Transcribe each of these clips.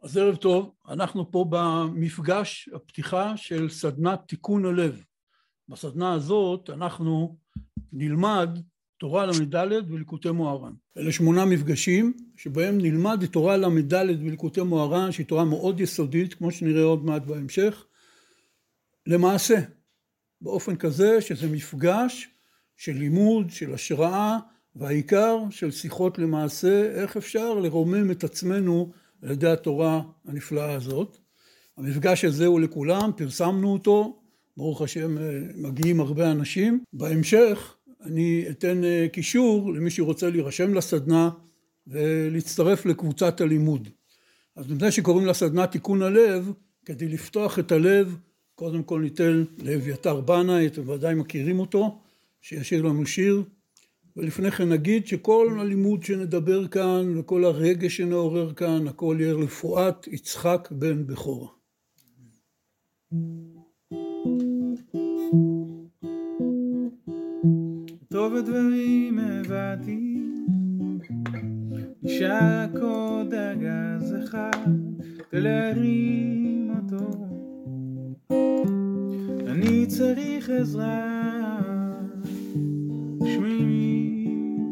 אז ערב טוב, אנחנו פה במפגש הפתיחה של סדנת תיקון הלב. בסדנה הזאת אנחנו נלמד תורה ל"ד וליקוטי מוהר"ן. אלה 8 מפגשים שבהם נלמד את תורה ל"ד וליקוטי מוהר"ן, שהיא תורה מאוד יסודית, כמו שנראה עוד מעט בהמשך, למעשה, באופן כזה שזה מפגש של לימוד, של השראה, והעיקר של שיחות למעשה, איך אפשר לרומם את עצמנו על ידי התורה הנפלאה הזאת. המפגש הזה הוא לכולם, פרסמנו אותו, ברוך השם מגיעים הרבה אנשים. בהמשך אני אתן קישור למי שרוצה להירשם לסדנה ולהצטרף לקבוצת הלימוד. אז לפני שקוראים לסדנה תיקון הלב, כדי לפתוח את הלב, קודם כל ניתן לאביתר בנאי, אתם ודאי מכירים אותו, שישיר לנו שיר. ולפני כן נגיד שכל הלימוד שנדבר כאן וכל הרגש שנעורר כאן, הכל יהיה לרפואת יצחק בן בכורה. טוב הדברים הבאתי, נשאר הקוד אגז אחד, תלהרים אותו, אני צריך עזרה, שמימי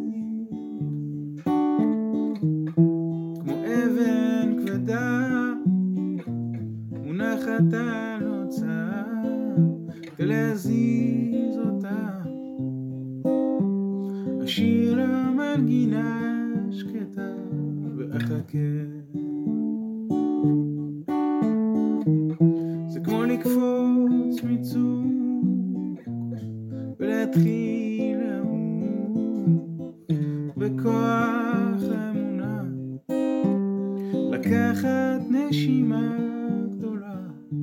כמו אבן כבדה מונחת על הוצאה ולהזיז אותה, השיר המנגינה שקטה ואחכה, זה כמו לקפוץ מצוק ולהתחיל למות בכוח אמונה, לקחת נשימה גדולה,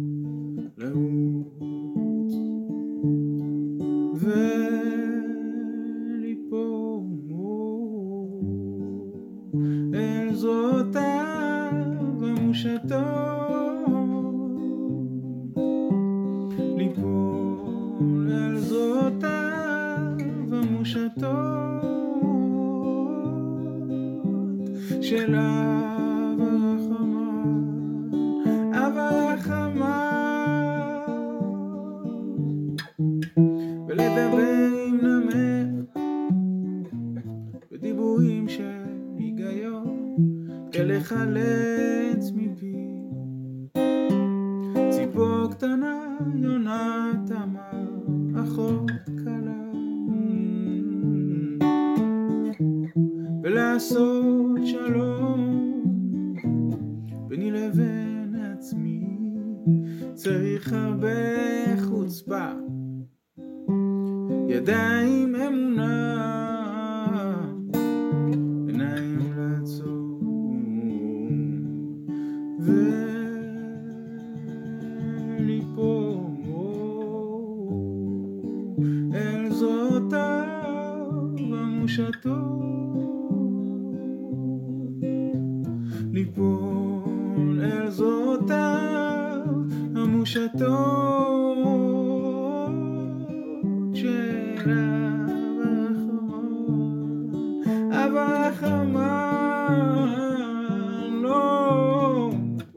לעוף וליפול אל זרועותיו המושטות, ליפול אל זרועותיו המושטות של אב הרחמן, אב הרחמן, ולדבר עם נמר בדיבורים של היגיון, כלחלץ מפי ציפור קטנה, יונה תמר, אחות קלה, ולעשות שלום ביני לבין עצמי, צריך הרבה חוצפה, ידיים אמונה, עיניים לעצום וליפול אל זרועותיו המושטות, ליפול אל זרועותיו המושטות של אב הרחמן, לא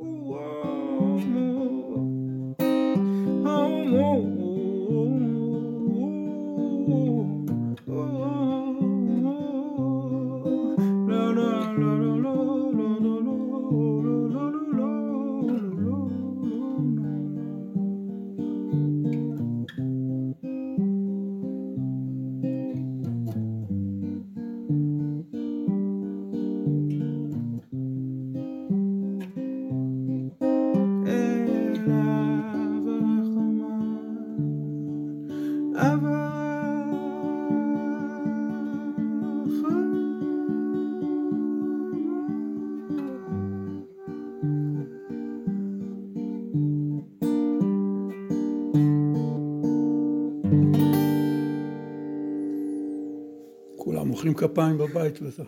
כולם מוחאים כפיים בבית בטח.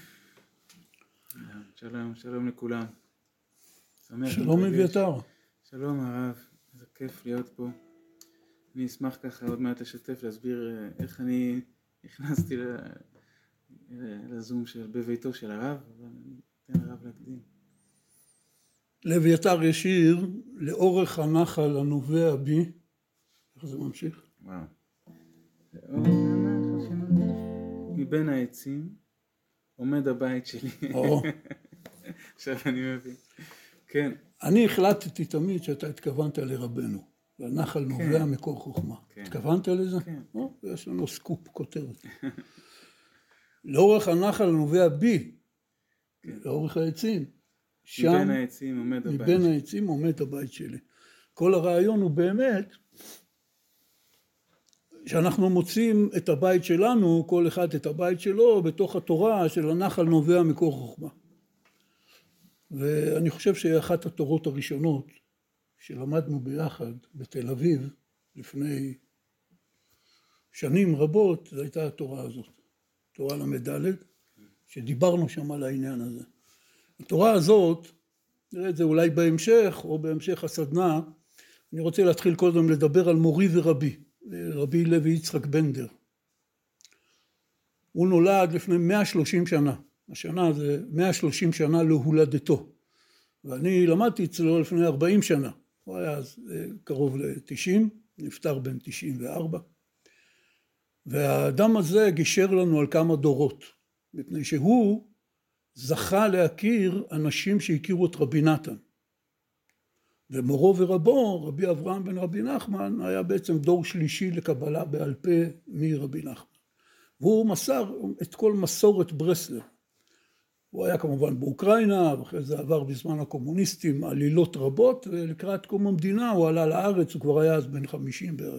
שלום, שלום לכולם. שלום אביתר. שלום הרב, איזה כיף להיות פה. אני אשמח ככה עוד מעט לשתף, להסביר איך אני נכנסתי לזום בביתו של הרב, אבל אני אתן לרב להקדים. לאביתר יש שיר, לאורך הנחל הנובע בי, איך זה ממשיך? וואו. לאורך הנחל שנובע מבין העצים עומד הבית שלי. עכשיו אני מבין. כן. אני החלטתי תמיד שאתה התכוונת לרבנו, והנחל נובע מקור חוכמה. התכוונת לזה? כן. יש לנו סקופ, כותרת. לאורך הנחל הנובע בי, לאורך העצים. מבין העצים עומד הבית. מבין העצים עומד הבית שלי. כל הרעיון הוא באמת שאנחנו מוצאים את הבית שלנו, כל אחד את הבית שלו, בתוך התורה של הנחל נובע מקור חוכמה. ואני חושב שהיא אחת התורות הראשונות שלמדנו ביחד בתל אביב לפני שנים רבות, זו הייתה התורה הזאת, תורה למד' שדיברנו שם על העניין הזה. התורה הזאת, נראה את זה אולי בהמשך או בהמשך הסדנה, אני רוצה להתחיל קודם לדבר על מורי ורבי, רבי לוי יצחק בנדר. הוא נולד לפני 130 שנה, השנה זה 130 שנה להולדתו, ואני למדתי אצלו לפני 40 שנה, הוא היה אז קרוב ל-90, נפטר בן 94, והאדם הזה גישר לנו על כמה דורות, מפני שהוא זכה להכיר אנשים שהכירו את רבי נתן, ומורו ורבו, רבי אברהם בן רבי נחמן, היה בעצם דור שלישי לקבלה בעל פה מרבי נחמן. והוא מסר את כל מסורת ברסלב. הוא היה כמובן באוקראינה, ואחרי זה עבר בזמן הקומוניסטים עלילות רבות, ולקראת קום המדינה הוא עלה לארץ, הוא כבר היה אז בן 50 בערך.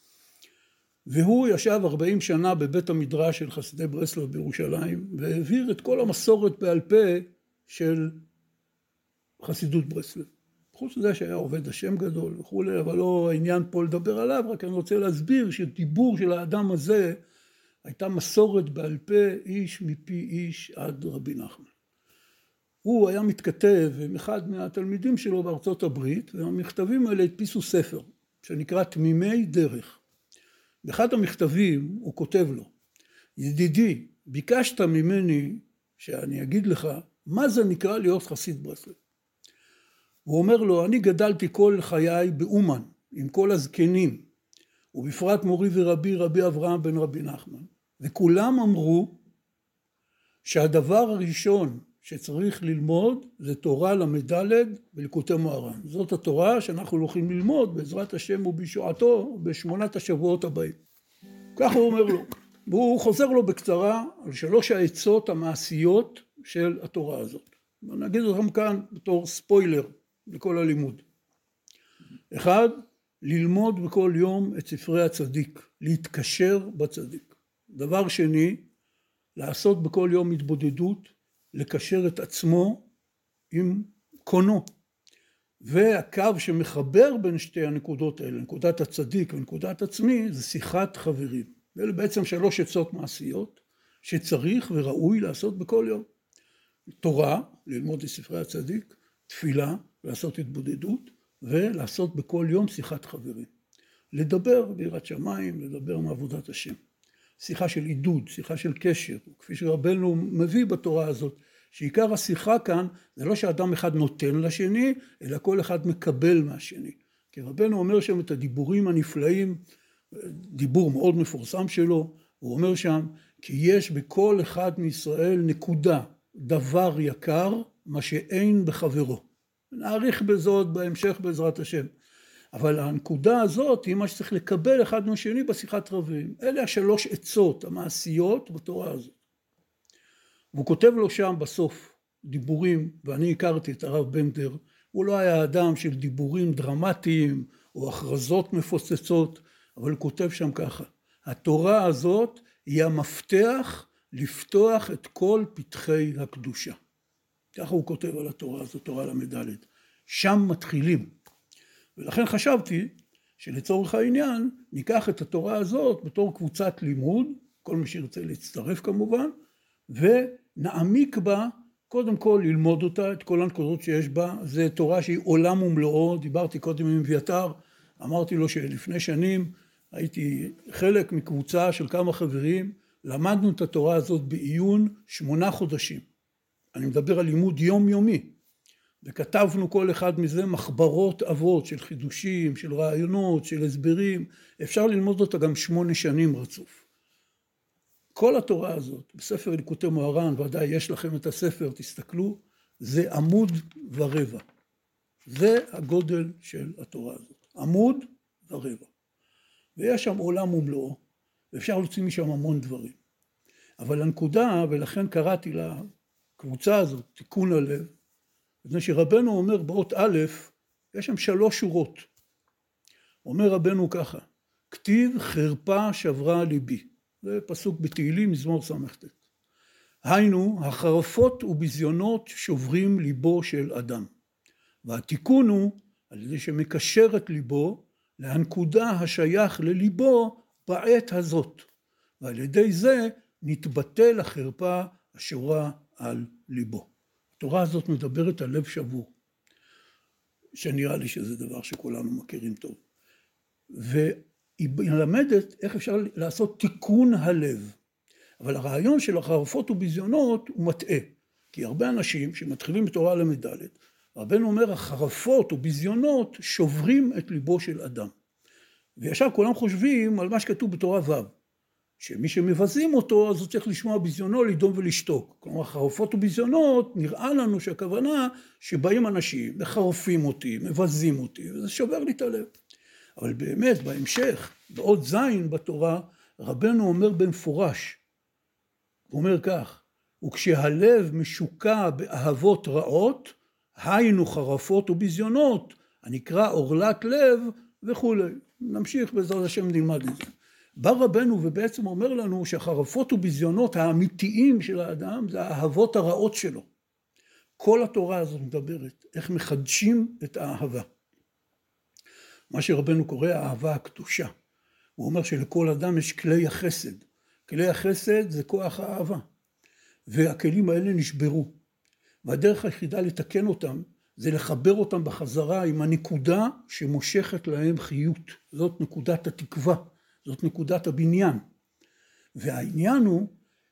והוא ישב 40 שנה בבית המדרש של חסידי ברסלב בירושלים, והעביר את כל המסורת בעל פה של חסידות ברסלב. חוץ מזה שהיה עובד השם גדול וכו', אבל לא העניין פה לדבר עליו, רק אני רוצה להסביר שדיבור של האדם הזה הייתה מסורת בעל פה איש מפי איש עד רבי נחמן. הוא היה מתכתב עם אחד מהתלמידים שלו בארצות הברית, והמכתבים האלה הדפיסו ספר שנקרא תמימי דרך. באחד המכתבים הוא כותב לו, ידידי, ביקשת ממני שאני אגיד לך מה זה נקרא להיות חסיד ברסלב. הוא אומר לו, אני גדלתי כל חיי באומן, עם כל הזקנים, ובפרט מורי ורבי, רבי אברהם בן רבי נחמן, וכולם אמרו שהדבר הראשון שצריך ללמוד זה תורה למד' וליקוטי מוהר"ן. זאת התורה שאנחנו הולכים ללמוד בעזרת השם ובישועתו בשמונת השבועות הבאים. כך הוא אומר לו, והוא חוזר לו בקצרה על 3 העצות המעשיות של התורה הזאת. נגיד אותם כאן בתור ספוילר לכל הלימוד. 1, ללמוד בכל יום את ספרי הצדיק, להתקשר בצדיק. דבר שני, לעשות בכל יום התבודדות, לקשר את עצמו עם קונו. והקו שמחבר בין שתי הנקודות האלה, נקודת הצדיק ונקודת עצמי, זה שיחת חברים. ואלה בעצם 3 עצות מעשיות שצריך וראוי לעשות בכל יום. תורה, ללמוד את ספרי הצדיק, תפילה, לעשות התבודדות, ולעשות בכל יום שיחת חברים. לדבר ביראת שמיים, לדבר מעבודת השם. שיחה של עידוד, שיחה של קשר, כפי שרבנו מביא בתורה הזאת, שעיקר השיחה כאן זה לא שאדם אחד נותן לשני, אלא כל אחד מקבל מהשני. כי רבנו אומר שם את הדיבורים הנפלאים, דיבור מאוד מפורסם שלו, הוא אומר שם, כי יש בכל אחד מישראל נקודה, דבר יקר, מה שאין בחברו. נעריך בזאת בהמשך בעזרת השם. אבל הנקודה הזאת היא מה שצריך לקבל אחד מהשני בשיחת רבים. אלה 3 עצות המעשיות בתורה הזאת. והוא כותב לו שם בסוף דיבורים, ואני הכרתי את הרב בנדר, הוא לא היה אדם של דיבורים דרמטיים או הכרזות מפוצצות, אבל הוא כותב שם ככה, התורה הזאת היא המפתח לפתוח את כל פתחי הקדושה. ככה הוא כותב על התורה הזאת, תורה למד'. שם מתחילים. ולכן חשבתי שלצורך העניין ניקח את התורה הזאת בתור קבוצת לימוד, כל מי שירצה להצטרף כמובן, ונעמיק בה, קודם כל ללמוד אותה, את כל הנקודות שיש בה. זה תורה שהיא עולם ומלואו, דיברתי קודם עם אביתר, אמרתי לו שלפני שנים הייתי חלק מקבוצה של כמה חברים, למדנו את התורה הזאת בעיון 8 חודשים. אני מדבר על לימוד יומיומי. וכתבנו כל אחד מזה מחברות אבות של חידושים, של רעיונות, של הסברים, אפשר ללמוד אותה גם 8 שנים רצוף. כל התורה הזאת, בספר ליקוטי מוהר"ן, ודאי יש לכם את הספר, תסתכלו, זה עמוד ורבע. זה הגודל של התורה הזאת, עמוד ורבע. ויש שם עולם ומלואו, ואפשר להוציא משם המון דברים. אבל הנקודה, ולכן קראתי לקבוצה הזאת, תיקון הלב, מפני שרבנו אומר באות א', יש שם 3 שורות. אומר רבנו ככה, כתיב חרפה שברה ליבי. זה פסוק בתהילים מזמור ס"ט. היינו, החרפות וביזיונות שוברים ליבו של אדם. והתיקון הוא על ידי שמקשר את ליבו לנקודה השייך לליבו בעת הזאת. ועל ידי זה נתבטל החרפה השורה על ליבו. התורה הזאת מדברת על לב שבור, שנראה לי שזה דבר שכולנו מכירים טוב. והיא מלמדת איך אפשר לעשות תיקון הלב. אבל הרעיון של החרפות וביזיונות הוא מטעה. כי הרבה אנשים שמתחילים בתורה ל"ד, רבנו אומר, החרפות וביזיונות שוברים את ליבו של אדם. וישר כולם חושבים על מה שכתוב בתורה ו', שמי שמבזים אותו, אז הוא צריך לשמוע ביזיונו, לדום ולשתוק. כלומר, חרפות וביזיונות, נראה לנו שהכוונה שבאים אנשים, מחרפים אותי, מבזים אותי, וזה שובר לי את הלב. אבל באמת, בהמשך, בעוד זין בתורה, רבנו אומר במפורש, הוא אומר כך, וכשהלב משוקע באהבות רעות, היינו חרפות וביזיונות, הנקרא עורלת לב וכו'. נמשיך בעזרת השם נלמד את זה. בא רבנו ובעצם אומר לנו שהחרפות וביזיונות האמיתיים של האדם זה האהבות הרעות שלו. כל התורה הזאת מדברת איך מחדשים את האהבה. מה שרבנו קורא האהבה הקדושה. הוא אומר שלכל אדם יש כלי החסד. כלי החסד זה כוח האהבה. והכלים האלה נשברו. והדרך היחידה לתקן אותם זה לחבר אותם בחזרה עם הנקודה שמושכת להם חיות. זאת נקודת התקווה. זאת נקודת הבניין. והעניין הוא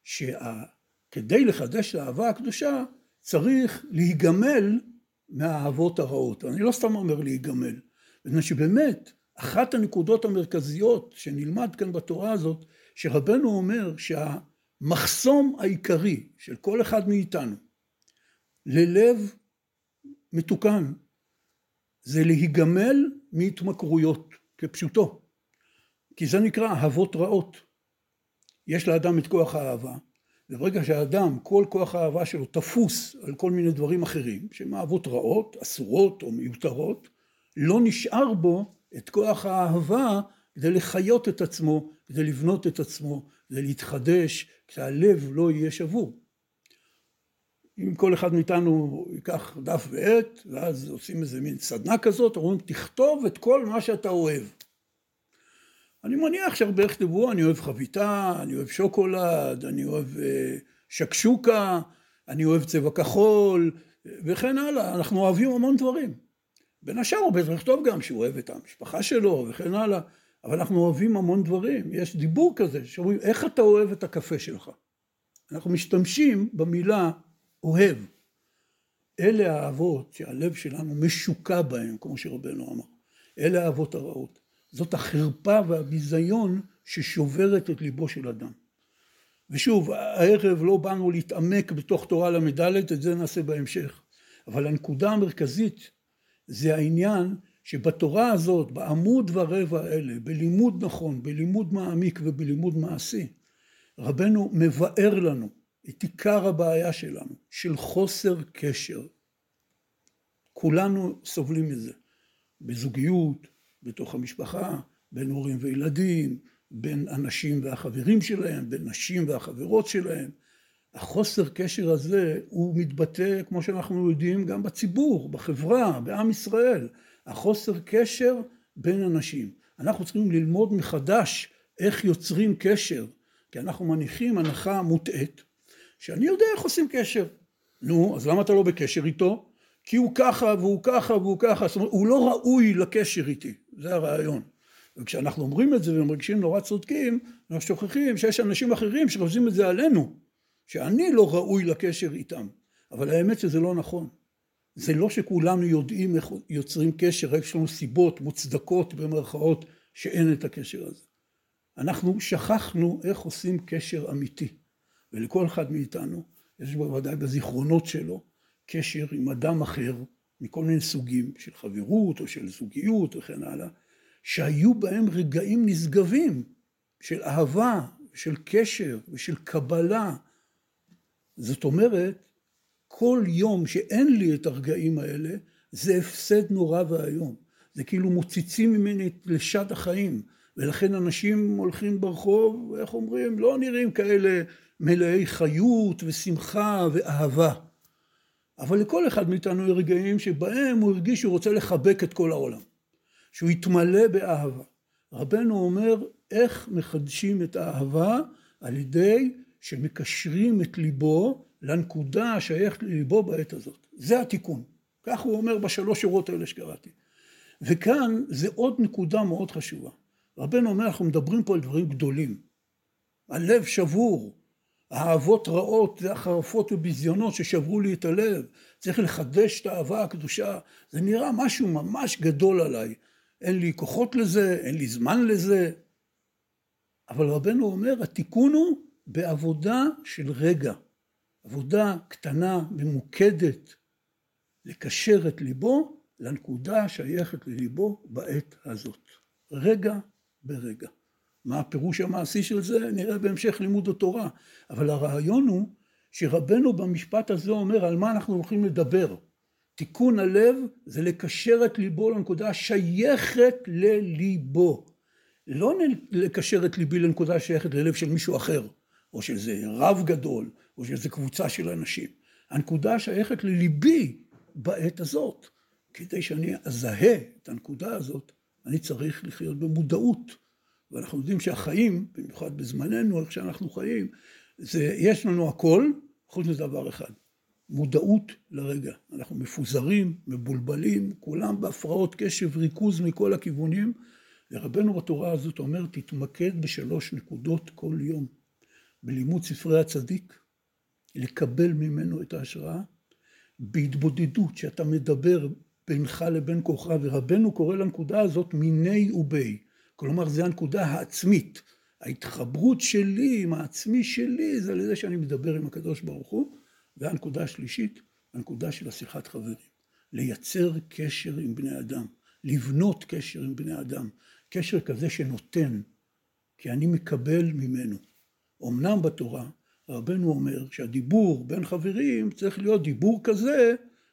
שכדי לחדש את האהבה הקדושה צריך להיגמל מהאהבות הרעות. אני לא סתם אומר להיגמל. בגלל שבאמת אחת הנקודות המרכזיות שנלמד כאן בתורה הזאת, שרבנו אומר שהמחסום העיקרי של כל אחד מאיתנו ללב מתוקן זה להיגמל מהתמכרויות כפשוטו. כי זה נקרא אהבות רעות. יש לאדם את כוח האהבה, וברגע שהאדם, כל כוח האהבה שלו תפוס על כל מיני דברים אחרים, שהן אהבות רעות, אסורות או מיותרות, לא נשאר בו את כוח האהבה כדי לחיות את עצמו, כדי לבנות את עצמו, כדי להתחדש, כשהלב לא יהיה שבור. אם כל אחד מאיתנו ייקח דף ועט, ואז עושים איזה מין סדנה כזאת, אומרים, תכתוב את כל מה שאתה אוהב. אני מניח שהרבה יכתבו, אני אוהב חביתה, אני אוהב שוקולד, אני אוהב שקשוקה, אני אוהב צבע כחול, וכן הלאה. אנחנו אוהבים המון דברים. בין השאר הוא בטח לכתוב גם שהוא אוהב את המשפחה שלו, וכן הלאה. אבל אנחנו אוהבים המון דברים. יש דיבור כזה, שאומרים, איך אתה אוהב את הקפה שלך? אנחנו משתמשים במילה אוהב. אלה האהבות שהלב שלנו משוקע בהם, כמו שרבנו אמר. אלה האהבות הרעות. זאת החרפה והביזיון ששוברת את ליבו של אדם. ושוב, הערב לא באנו להתעמק בתוך תורה ל"ד, את זה נעשה בהמשך. אבל הנקודה המרכזית זה העניין שבתורה הזאת, בעמוד ורבע האלה, בלימוד נכון, בלימוד מעמיק ובלימוד מעשי, רבנו מבאר לנו את עיקר הבעיה שלנו, של חוסר קשר. כולנו סובלים מזה, בזוגיות, בתוך המשפחה, בין הורים וילדים, בין אנשים והחברים שלהם, בין נשים והחברות שלהם. החוסר קשר הזה הוא מתבטא, כמו שאנחנו יודעים, גם בציבור, בחברה, בעם ישראל. החוסר קשר בין אנשים. אנחנו צריכים ללמוד מחדש איך יוצרים קשר, כי אנחנו מניחים הנחה מוטעית, שאני יודע איך עושים קשר. נו, אז למה אתה לא בקשר איתו? כי הוא ככה והוא ככה והוא ככה, זאת אומרת, הוא לא ראוי לקשר איתי, זה הרעיון. וכשאנחנו אומרים את זה ומרגישים נורא צודקים, אנחנו שוכחים שיש אנשים אחרים שחושבים את זה עלינו, שאני לא ראוי לקשר איתם, אבל האמת שזה לא נכון. זה לא שכולנו יודעים איך יוצרים קשר, רק יש לנו סיבות מוצדקות במרכאות שאין את הקשר הזה. אנחנו שכחנו איך עושים קשר אמיתי, ולכל אחד מאיתנו יש בוודאי בזיכרונות שלו קשר עם אדם אחר מכל מיני סוגים של חברות או של זוגיות וכן הלאה, שהיו בהם רגעים נשגבים של אהבה, של קשר ושל קבלה. זאת אומרת, כל יום שאין לי את הרגעים האלה, זה הפסד נורא והיום. זה כאילו מוציצים ממני לשד החיים, ולכן אנשים הולכים ברחוב, איך אומרים, לא נראים כאלה מלאי חיות ושמחה ואהבה. אבל לכל אחד מאיתנו יש רגעים שבהם הוא הרגיש שהוא רוצה לחבק את כל העולם, שהוא יתמלא באהבה. רבנו אומר, איך מחדשים את האהבה? על ידי שמקשרים את ליבו לנקודה השייכת לליבו בעת הזאת. זה התיקון. כך הוא אומר בשלוש שורות האלה שקראתי. וכאן זה עוד נקודה מאוד חשובה. רבנו אומר, אנחנו מדברים פה על דברים גדולים. הלב שבור, האהבות רעות, זה החרפות וביזיונות ששברו לי את הלב. צריך לחדש את האהבה הקדושה. זה נראה משהו ממש גדול עליי. אין לי כוחות לזה, אין לי זמן לזה. אבל רבנו אומר, התיקון הוא בעבודה של רגע. עבודה קטנה, ממוקדת, לקשר את ליבו לנקודה השייכת לליבו בעת הזאת. רגע ברגע. מה הפירוש המעשי של זה? נראה בהמשך לימוד התורה. אבל הרעיון הוא שרבנו במשפט הזה אומר על מה אנחנו הולכים לדבר. תיקון הלב זה לקשר את ליבו לנקודה השייכת לליבו. לא לקשר את ליבי לנקודה השייכת ללב של מישהו אחר, או של זה רב גדול, או של זה קבוצה של אנשים. הנקודה השייכת לליבי בעת הזאת. כדי שאני אזהה את הנקודה הזאת, אני צריך לחיות במודעות. ואנחנו יודעים שהחיים, במיוחד בזמננו, איך שאנחנו חיים, יש לנו הכל, חוץ מדבר אחד. מודעות לרגע. אנחנו מפוזרים, מבולבלים, כולם בהפרעות קשב, ריכוז מכל הכיוונים. ורבנו בתורה הזאת אומר, תתמקד בשלוש נקודות כל יום. בלימוד ספרי הצדיק, לקבל ממנו את ההשראה, בהתבודדות שאתה מדבר בינך לבין כוחך, ורבנו קורא לנקודה הזאת מיני ובי. כלומר, זה הנקודה העצמית. ההתחברות שלי עם העצמי שלי, זה על ידי שאני מדבר עם הקדוש ברוך הוא, והנקודה השלישית, הנקודה של השיחת חברים. לייצר קשר עם בני אדם, לבנות קשר עם בני אדם, קשר כזה שנותן, כי אני מקבל ממנו. אמנם בתורה, רבנו אומר שהדיבור בין חברים צריך להיות דיבור כזה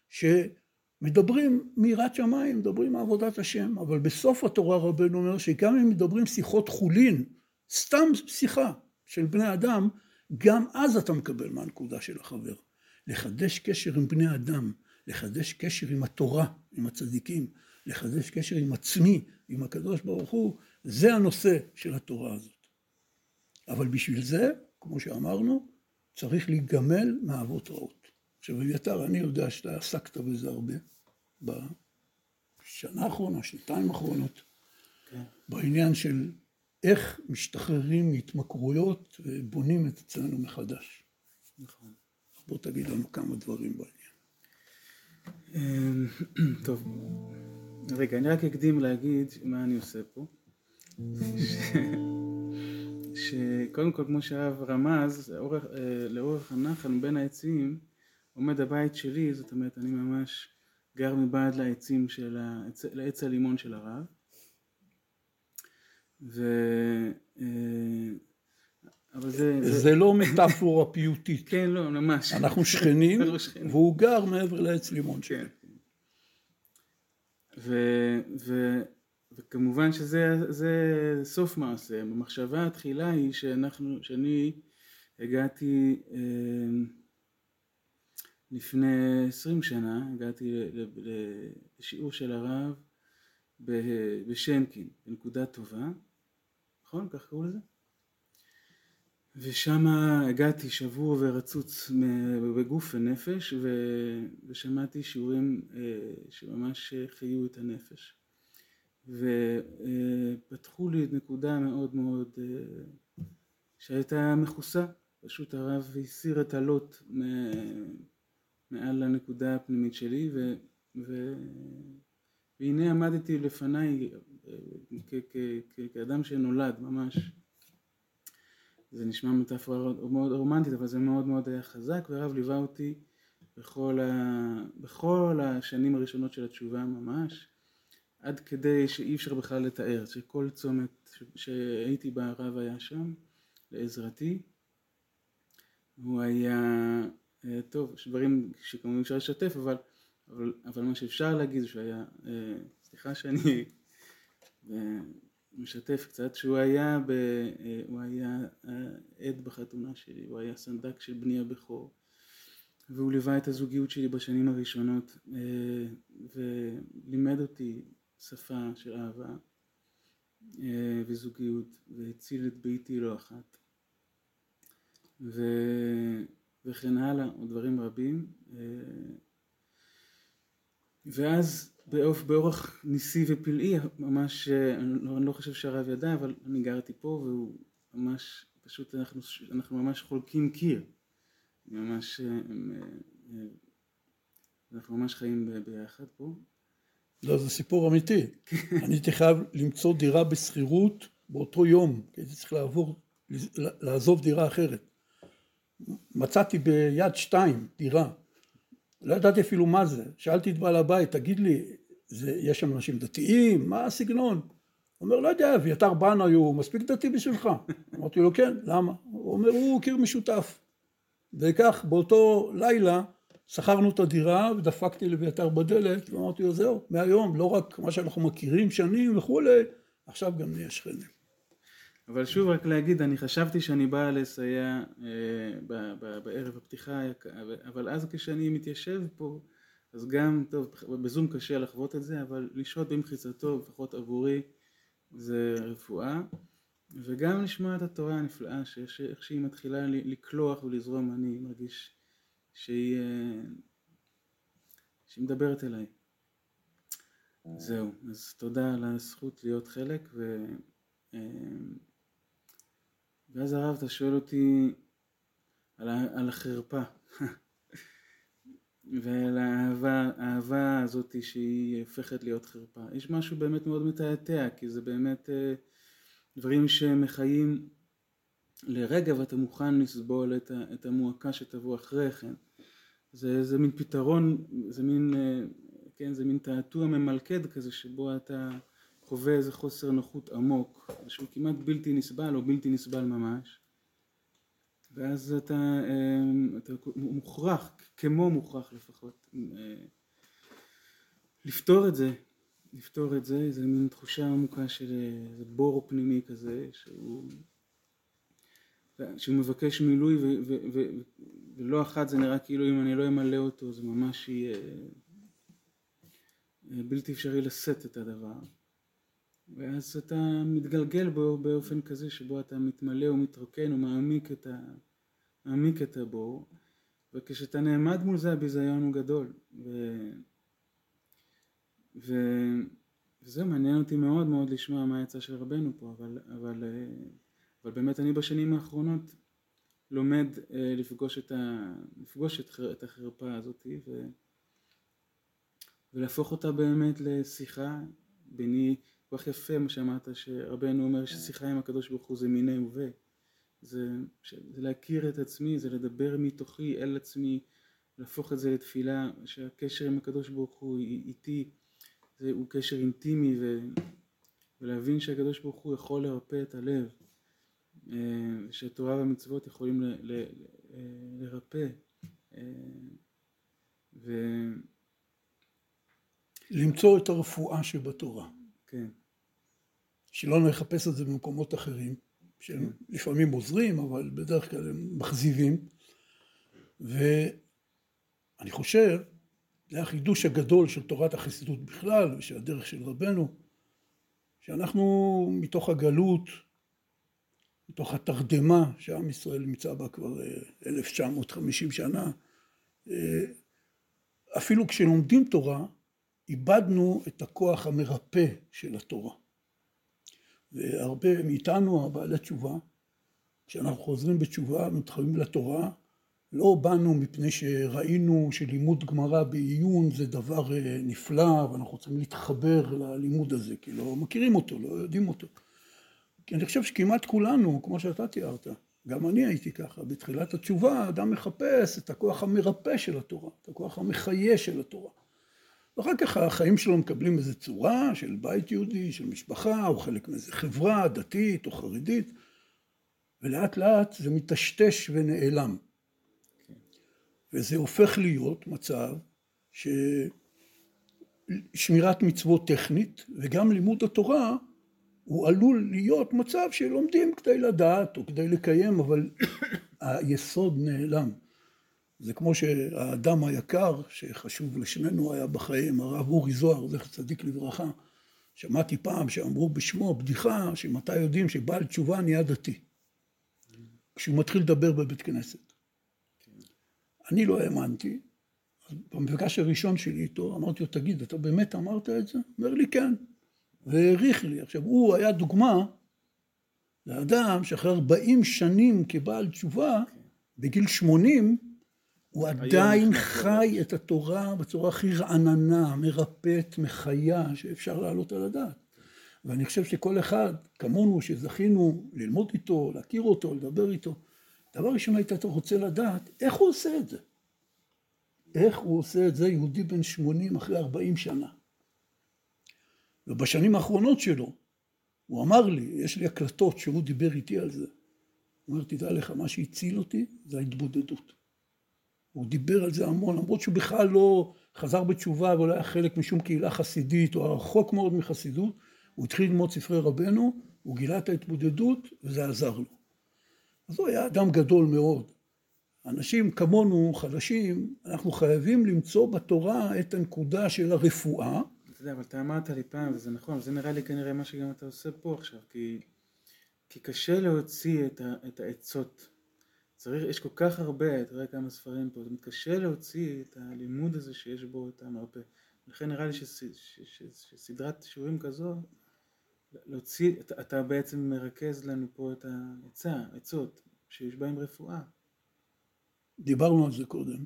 שמדברים מיראת שמיים, מדברים מעבודת השם, אבל בסוף התורה רבנו אומר שגם אם מדברים שיחות חולין, סתם שיחה של בני אדם, גם אז אתה מקבל מהנקודה של החבר. לחדש קשר עם בני אדם, לחדש קשר עם התורה, עם הצדיקים, לחדש קשר עם עצמי, עם הקדוש ברוך הוא, זה הנושא של התורה הזאת. אבל בשביל זה, כמו שאמרנו, צריך להיגמל מאהבות רעות. עכשיו, אביתר, אני יודע שאתה עסקת בזה הרבה, בשנה האחרונה, שנתיים האחרונות, כן. בעניין של איך משתחררים מהתמכרויות ובונים את אצלנו מחדש. נכון. בוא תגיד לנו כמה דברים בעניין. טוב, רגע, אני רק אקדים להגיד מה אני עושה פה. שקודם כל, כמו שהרב רמז, לאורך הנחל בין העצים עומד הבית שלי, זאת אומרת, אני ממש גר מבעד לעצים לעץ הלימון של הרב. אבל זה לא מטאפורה פיוטית. כן, לא, ממש. אנחנו שכנים, והוא גר מעבר לעץ לימון שלי. וכמובן שזה סוף מעשה. המחשבה התחילה היא שאני הגעתי לפני 20 שנה, הגעתי לשיעור של הרב בשנקין, בנקודה טובה, נכון? כך קראו לזה? ושם הגעתי שבור ורצוץ בגוף ונפש, ושמעתי שיעורים שממש חיו את הנפש. ופתחו לי את נקודה מאוד מאוד שהייתה מכוסה. פשוט הרב הסיר את הלוט מעל לנקודה הפנימית שלי, והנה עמדתי לפניי כאדם שנולד ממש. זה נשמע מטאפורה מאוד רומנטית, אבל זה מאוד מאוד היה חזק, והרב ליווה אותי בכל השנים הראשונות של התשובה ממש, עד כדי שאי אפשר בכלל לתאר, שכל צומת שהייתי בה הרב היה שם לעזרתי. הוא היה, טוב, יש דברים שכמובן אפשר לשתף, אבל מה שאפשר להגיד זה שהוא היה, סליחה שאני משתף קצת, שהוא היה עד בחתונה שלי, הוא היה סנדק של בני הבכור, והוא ליווה את הזוגיות שלי בשנים הראשונות, ולימד אותי שפה של אהבה וזוגיות, והציל את ביתי לא אחת, וכן הלאה, עוד דברים רבים. ואז באורח ניסי ופלאי, ממש, אני לא חושב שהרב ידע, אבל אני גרתי פה, והוא ממש, פשוט אנחנו ממש חולקים קיר. אנחנו ממש חיים ביחד פה. לא, זה סיפור אמיתי. אני הייתי חייב למצוא דירה בסחירות באותו יום, כי הייתי צריך לעזוב דירה אחרת. מצאתי ביד 2 דירה. לא ידעתי אפילו מה זה. שאלתי את בעל הבית, תגיד לי, יש שם אנשים דתיים? מה הסגנון? הוא אומר, לא יודע, אביתר בנה הוא מספיק דתי בשבילך. אמרתי לו, כן, למה? הוא אומר, הוא קיר משותף. וכך, באותו לילה, שכרנו את הדירה, ודפקתי לאביתר בדלת, ואמרתי לו, זהו, מהיום, לא רק מה שאנחנו מכירים שנים וכולי, עכשיו גם נהיה שכנים. אבל שוב רק להגיד, אני חשבתי שאני בא לסייע בערב הפתיחה, אבל אז כשאני מתיישב פה, אז גם, טוב, בזום קשה לחוות את זה, אבל לשהות במחיצתו, לפחות עבורי, זה רפואה, וגם לשמוע את התורה הנפלאה, איך שהיא מתחילה לקלוח ולזרום, אני מרגיש שהיא מדברת אליי. זהו, אז תודה על הזכות להיות חלק, ואז הרב, אתה שואל אותי על החרפה, ועל האהבה הזאת שהיא הופכת להיות חרפה. יש משהו באמת מאוד מתעתע, כי זה באמת דברים שמחיים לרגע, ואתה מוכן לסבול את המועקה שתבוא אחרי כן. זה מין פתרון, זה מין תעתוע ממלכד כזה, שבו אתה חווה איזה חוסר נוחות עמוק, שהוא כמעט בלתי נסבל או בלתי נסבל ממש. ואז אתה מוכרח, כמו מוכרח לפחות, לפתור את זה, זה מין תחושה עמוקה של בור פנימי כזה, שהוא מבקש מילוי, ולא אחת זה נראה כאילו אם אני לא אמלא אותו, זה ממש יהיה בלתי אפשרי לשאת את הדבר. ואז אתה מתגלגל בו באופן כזה שבו אתה מתמלא ומתרוקן ומעמיק את הבור, וכשאתה נעמד מול זה הביזיון הוא גדול. וזה מעניין אותי מאוד מאוד לשמוע מה יצא של רבנו פה, אבל באמת אני בשנים האחרונות לומד לפגוש את החרפה הזאת ולהפוך אותה באמת לשיחה ביני. כל כך יפה מה שאמרת, שרבנו אומר ששיחה עם הקדוש ברוך הוא זה מיני ובה. זה להכיר את עצמי, זה לדבר מתוכי אל עצמי, להפוך את זה לתפילה, שהקשר עם הקדוש ברוך הוא איתי, הוא קשר אינטימי, ולהבין שהקדוש ברוך הוא יכול לרפא את הלב, שהתורה והמצוות יכולים לרפא, למצוא את הרפואה שבתורה. כן. שלא נחפש את זה במקומות אחרים, שהם לפעמים עוזרים, אבל בדרך כלל הם מחזיבים. ואני חושב, זה החידוש הגדול של תורת החסידות בכלל, ושל הדרך של רבנו, שאנחנו מתוך הגלות, מתוך התרדמה שעם ישראל נמצא בה כבר 1950 שנה, אפילו כשלומדים תורה, איבדנו את הכוח המרפא של התורה. והרבה מאיתנו, הבעלי תשובה, כשאנחנו חוזרים בתשובה, מתחברים לתורה, לא באנו מפני שראינו שלימוד גמרא בעיון זה דבר נפלא ואנחנו רוצים להתחבר ללימוד הזה, כי לא מכירים אותו, לא יודעים אותו. כי אני חושב שכמעט כולנו, כמו שאתה תיארת, גם אני הייתי ככה, בתחילת התשובה אדם מחפש את הכוח המרפא של התורה, את הכוח המחיה של התורה. ואחר כך החיים שלו מקבלים איזו צורה של בית יהודי, של משפחה, או חלק מאיזו חברה דתית או חרדית, ולאט לאט זה מטשטש ונעלם. וזה הופך להיות מצב ששמירת מצוות טכנית, וגם לימוד התורה הוא עלול להיות מצב שלומדים כדי לדעת או כדי לקיים, אבל היסוד נעלם. זה כמו שהאדם היקר שחשוב לשנינו היה בחיים, הרב אורי זוהר, זכר צדיק לברכה, שמעתי פעם שאמרו בשמו בדיחה שמתי יודעים שבעל תשובה נהיה דתי, כשהוא מתחיל לדבר בבית כנסת. אני לא האמנתי, במפגש הראשון שלי איתו אמרתי לו, תגיד, אתה באמת אמרת את זה? אומר לי כן, והעריך לי. עכשיו הוא היה דוגמה לאדם שאחרי 40 שנים כבעל תשובה, בגיל 80, הוא עדיין חי את התורה בצורה הכי רעננה, מרפאת, מחיה, שאפשר לעלות על הדעת. ואני חושב שכל אחד, כמונו שזכינו ללמוד איתו, להכיר אותו, לדבר איתו, דבר ראשון היית אתה רוצה לדעת, איך הוא עושה את זה? איך הוא עושה את זה יהודי בן 80 אחרי 40 שנה? ובשנים האחרונות שלו, הוא אמר לי, יש לי הקלטות שהוא דיבר איתי על זה. הוא אומר, תדע לך, מה שהציל אותי זה ההתבודדות. הוא דיבר על זה המון, למרות שהוא בכלל לא חזר בתשובה ולא היה חלק משום קהילה חסידית, או רחוק מאוד מחסידות, הוא התחיל ללמוד ספרי רבנו, הוא גילה את ההתבודדות וזה עזר לו. אז הוא היה אדם גדול מאוד. אנשים כמונו, חדשים, אנחנו חייבים למצוא בתורה את הנקודה של הרפואה. אתה יודע, אבל אתה אמרת לי פעם, וזה נכון, וזה נראה לי כנראה מה שגם אתה עושה פה עכשיו, כי קשה להוציא את העצות. יש כל כך הרבה, אתה רואה כמה ספרים פה, זה קשה להוציא את הלימוד הזה שיש בו את המרפא. לכן נראה לי שסדרת שיעורים כזו, להוציא, אתה בעצם מרכז לנו פה את העצות שיש בהם רפואה. דיברנו על זה קודם.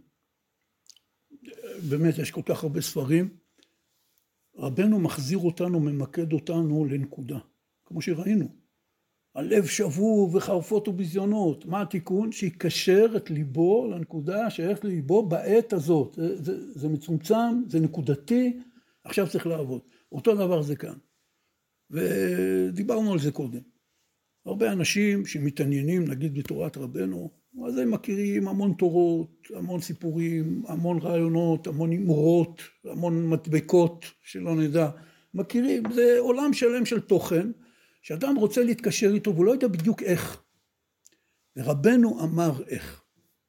באמת יש כל כך הרבה ספרים. רבנו מחזיר אותנו, ממקד אותנו לנקודה. כמו שראינו. הלב שבור וחרפות וביזיונות. מה התיקון? שיקשר את ליבו לנקודה שהולכת לליבו בעת הזאת. זה מצומצם, זה נקודתי, עכשיו צריך לעבוד. אותו דבר זה כאן. ודיברנו על זה קודם. הרבה אנשים שמתעניינים, נגיד בתורת רבנו, אז הם מכירים המון תורות, המון סיפורים, המון רעיונות, המון אמרות, המון מדבקות שלא נדע. מכירים, זה עולם שלם של תוכן, שאדם רוצה להתקשר איתו והוא לא יודע בדיוק איך. ורבנו אמר איך.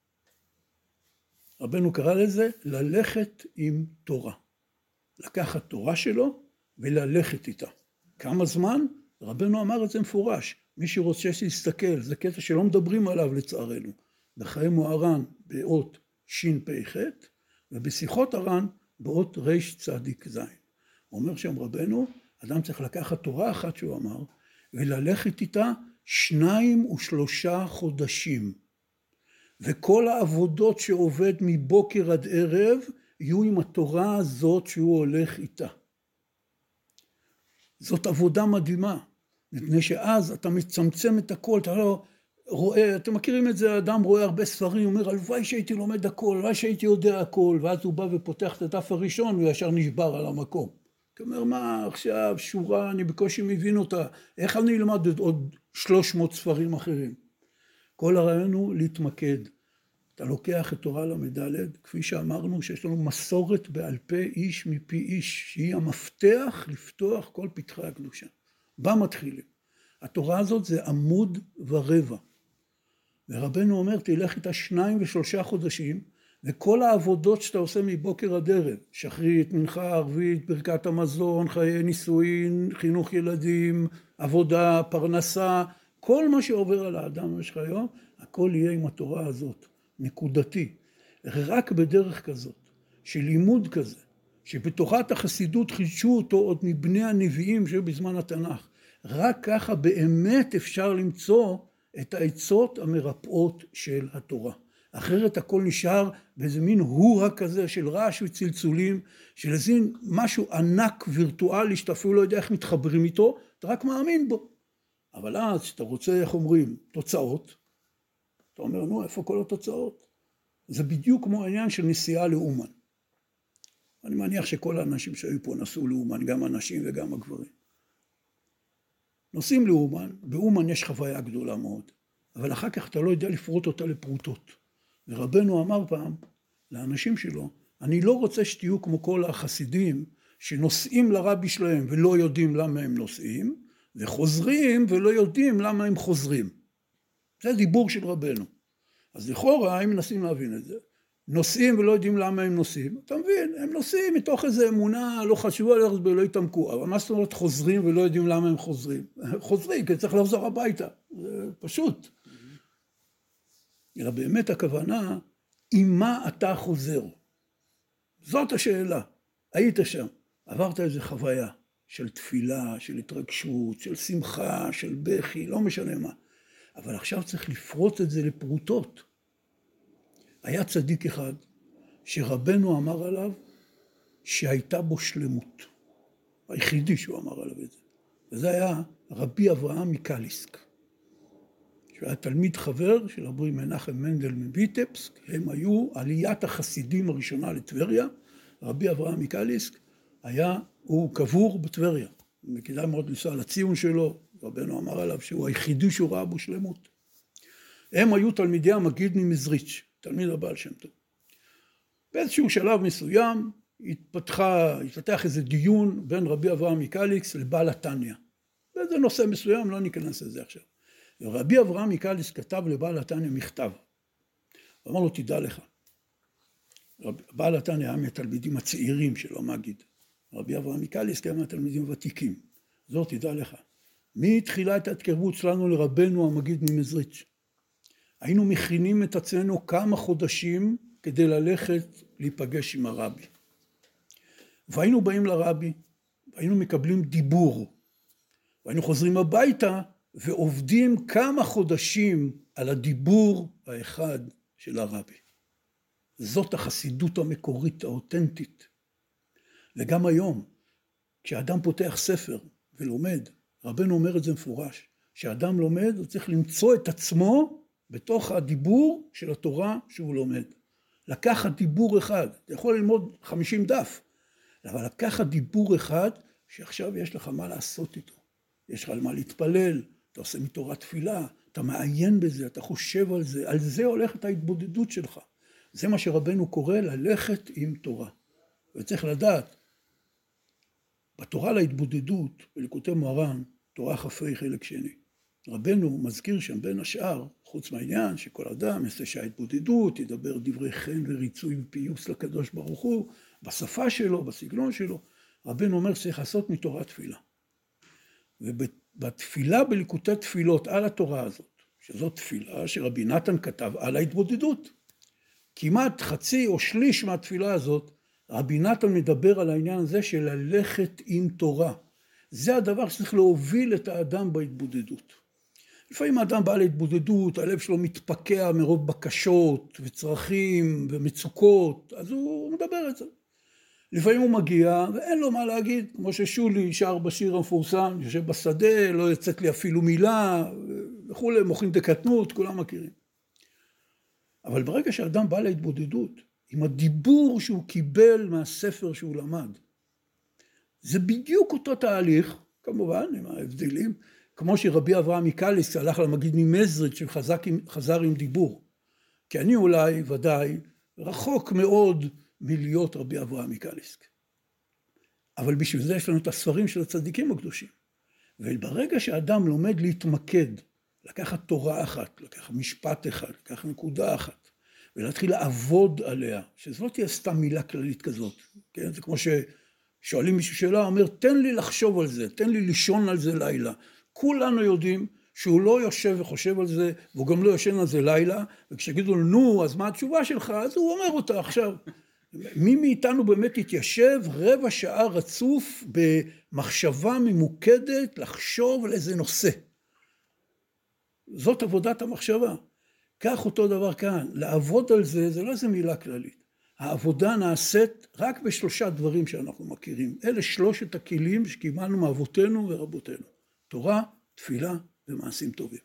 רבנו קרא לזה ללכת עם תורה. לקחת תורה שלו וללכת איתה. כמה זמן? רבנו אמר את זה מפורש. מי שרוצה שיסתכל, זה קטע שלא מדברים עליו לצערנו. בחיי מוהר"ן באות שפ"ח ובשיחות הר"ן באות רצ"ז. הוא אומר שם רבנו, אדם צריך לקחת תורה אחת שהוא אמר, וללכת איתה 2 או 3 חודשים. וכל העבודות שעובד מבוקר עד ערב, יהיו עם התורה הזאת שהוא הולך איתה. זאת עבודה מדהימה, מפני שאז אתה מצמצם את הכל, אתה לא רואה, אתם מכירים את זה, האדם רואה הרבה ספרים, הוא אומר, הלוואי שהייתי לומד הכל, הלוואי שהייתי יודע הכל, ואז הוא בא ופותח את הדף הראשון, הוא ישר נשבר על המקום. הוא אומר, מה עכשיו, שורה, אני בקושי מבין אותה, איך אני אלמד עוד 300 ספרים אחרים? כל הרעיון הוא להתמקד. אתה לוקח את תורה ל"ד, כפי שאמרנו שיש לנו מסורת בעל פה איש מפי איש, שהיא המפתח לפתוח כל פתחי הקדושה. בה מתחילים. התורה הזאת זה עמוד ורבע. ורבנו אומר, תלך איתה 2 ו3 חודשים, וכל העבודות שאתה עושה מבוקר עד ערב, שחרית, מנחה, ערבית, ברכת המזון, חיי נישואין, חינוך ילדים, עבודה, פרנסה, כל מה שעובר על האדם במשך היום, הכל יהיה עם התורה הזאת, נקודתי. רק בדרך כזאת, של לימוד כזה, שבתורת החסידות חידשו אותו עוד מבני הנביאים שבזמן התנ"ך, רק ככה באמת אפשר למצוא את העצות המרפאות של התורה. אחרת הכל נשאר באיזה מין הורה כזה של רעש וצלצולים, של איזה משהו ענק וירטואלי שאתה אפילו לא יודע איך מתחברים איתו, אתה רק מאמין בו. אבל אז אתה רוצה, איך אומרים, תוצאות, אתה אומר, נו, איפה כל התוצאות? זה בדיוק כמו העניין של נסיעה לאומן. אני מניח שכל האנשים שהיו פה נסעו לאומן, גם הנשים וגם הגברים. נוסעים לאומן, באומן יש חוויה גדולה מאוד, אבל אחר כך אתה לא יודע לפרוט אותה לפרוטות. ורבנו אמר פעם לאנשים שלו, אני לא רוצה שתהיו כמו כל החסידים שנוסעים לרבי שלהם ולא יודעים למה הם נוסעים, וחוזרים ולא יודעים למה הם חוזרים. זה דיבור של רבנו. אז לכאורה הם מנסים להבין את זה. נוסעים ולא יודעים למה הם נוסעים. אתה מבין, הם נוסעים מתוך איזו אמונה לא חשובה ולא יתעמקו. אבל מה זאת אומרת חוזרים ולא יודעים למה הם חוזרים? חוזרים, כי צריך לחזור הביתה. זה פשוט. אלא באמת הכוונה, עם מה אתה חוזר? זאת השאלה. היית שם, עברת איזו חוויה של תפילה, של התרגשות, של שמחה, של בכי, לא משנה מה. אבל עכשיו צריך לפרוט את זה לפרוטות. היה צדיק אחד שרבנו אמר עליו שהייתה בו שלמות. היחידי שהוא אמר עליו את זה. וזה היה רבי אברהם מקליסק. שהוא היה תלמיד חבר של רבי מנחם מנדל מביטפסק. הם היו עליית החסידים הראשונה לטבריה. רבי אברהם מקליסק הוא קבור בטבריה. וכדאי מאוד לנסוע לציון שלו. רבנו אמר עליו שהוא היחידי שהוא ראה בו שלמות. הם היו תלמידי המגיד ממזריץ', תלמיד הבעל שם טוב. באיזשהו שלב מסוים התפתח איזה דיון בין רבי אברהם מקליסק לבעל התניא. באיזה נושא מסוים, לא ניכנס לזה עכשיו. ורבי אברהם מקליסק כתב לבעל התניא מכתב. הוא אמר לו, תדע לך. בעל התניא היה מהתלמידים הצעירים של המגיד. רבי אברהם מקליסק היה מהתלמידים הוותיקים. זאת תדע לך. מתחילת ההתקרבות שלנו לרבנו המגיד ממזריץ'. היינו מכינים את עצמנו כמה חודשים כדי ללכת להיפגש עם הרבי. והיינו באים לרבי, והיינו מקבלים דיבור, והיינו חוזרים הביתה ועובדים כמה חודשים על הדיבור האחד של הרבי. זאת החסידות המקורית האותנטית. וגם היום, כשאדם פותח ספר ולומד, רבנו אומר את זה מפורש, כשאדם לומד הוא צריך למצוא את עצמו בתוך הדיבור של התורה שהוא לומד. לקחת דיבור אחד, אתה יכול ללמוד 50 דף, אבל לקחת דיבור אחד שעכשיו יש לך מה לעשות איתו. יש לך על מה להתפלל, אתה עושה מתורה תפילה, אתה מעיין בזה, אתה חושב על זה הולכת ההתבודדות שלך. זה מה שרבנו קורא ללכת עם תורה. וצריך לדעת, בתורה להתבודדות, בליקוטי מוהר"ן, תורה כ"ה חלק שני. רבנו מזכיר שם בין השאר, חוץ מהעניין שכל אדם יעשה שההתבודדות, ידבר דברי חן וריצוי ופיוס לקדוש ברוך הוא, בשפה שלו, בסגנון שלו, רבנו אומר צריך לעשות מתורה תפילה. ובתפילה בליקוטי תפילות על התורה הזאת, שזאת תפילה שרבי נתן כתב על ההתבודדות, כמעט חצי או שליש מהתפילה הזאת, רבי נתן מדבר על העניין הזה של ללכת עם תורה. זה הדבר שצריך להוביל את האדם בהתבודדות. לפעמים האדם בא להתבודדות, הלב שלו מתפקע מרוב בקשות וצרכים ומצוקות, אז הוא מדבר את זה. לפעמים הוא מגיע ואין לו מה להגיד, כמו ששולי שר בשיר המפורסם, יושב בשדה, לא יוצאת לי אפילו מילה, וכולי, מוכרים דקתנות, כולם מכירים. אבל ברגע שהאדם בא להתבודדות, עם הדיבור שהוא קיבל מהספר שהוא למד, זה בדיוק אותו תהליך, כמובן, עם ההבדלים, כמו שרבי אברהם מקליסק הלך למגיד ממזריץ' שחזר עם דיבור. כי אני אולי, ודאי, רחוק מאוד מלהיות רבי אברהם מקליסק. אבל בשביל זה יש לנו את הספרים של הצדיקים הקדושים. וברגע שאדם לומד להתמקד, לקחת תורה אחת, לקחת משפט אחד, לקחת נקודה אחת, ולהתחיל לעבוד עליה, שזו לא תהיה סתם מילה כללית כזאת. כן? זה כמו ששואלים מישהו שאלה, אומר, תן לי לחשוב על זה, תן לי לישון על זה לילה. כולנו יודעים שהוא לא יושב וחושב על זה, והוא גם לא ישן על זה לילה, וכשגידו לו, נו, אז מה התשובה שלך? אז הוא אומר אותה עכשיו. מי מאיתנו באמת התיישב רבע שעה רצוף במחשבה ממוקדת לחשוב על איזה נושא. זאת עבודת המחשבה. כך אותו דבר כאן, לעבוד על זה, זה לא איזה מילה כללית. העבודה נעשית רק בשלושה דברים שאנחנו מכירים. אלה שלושת הכלים שקיבלנו מאבותינו ורבותינו. תורה, תפילה ומעשים טובים.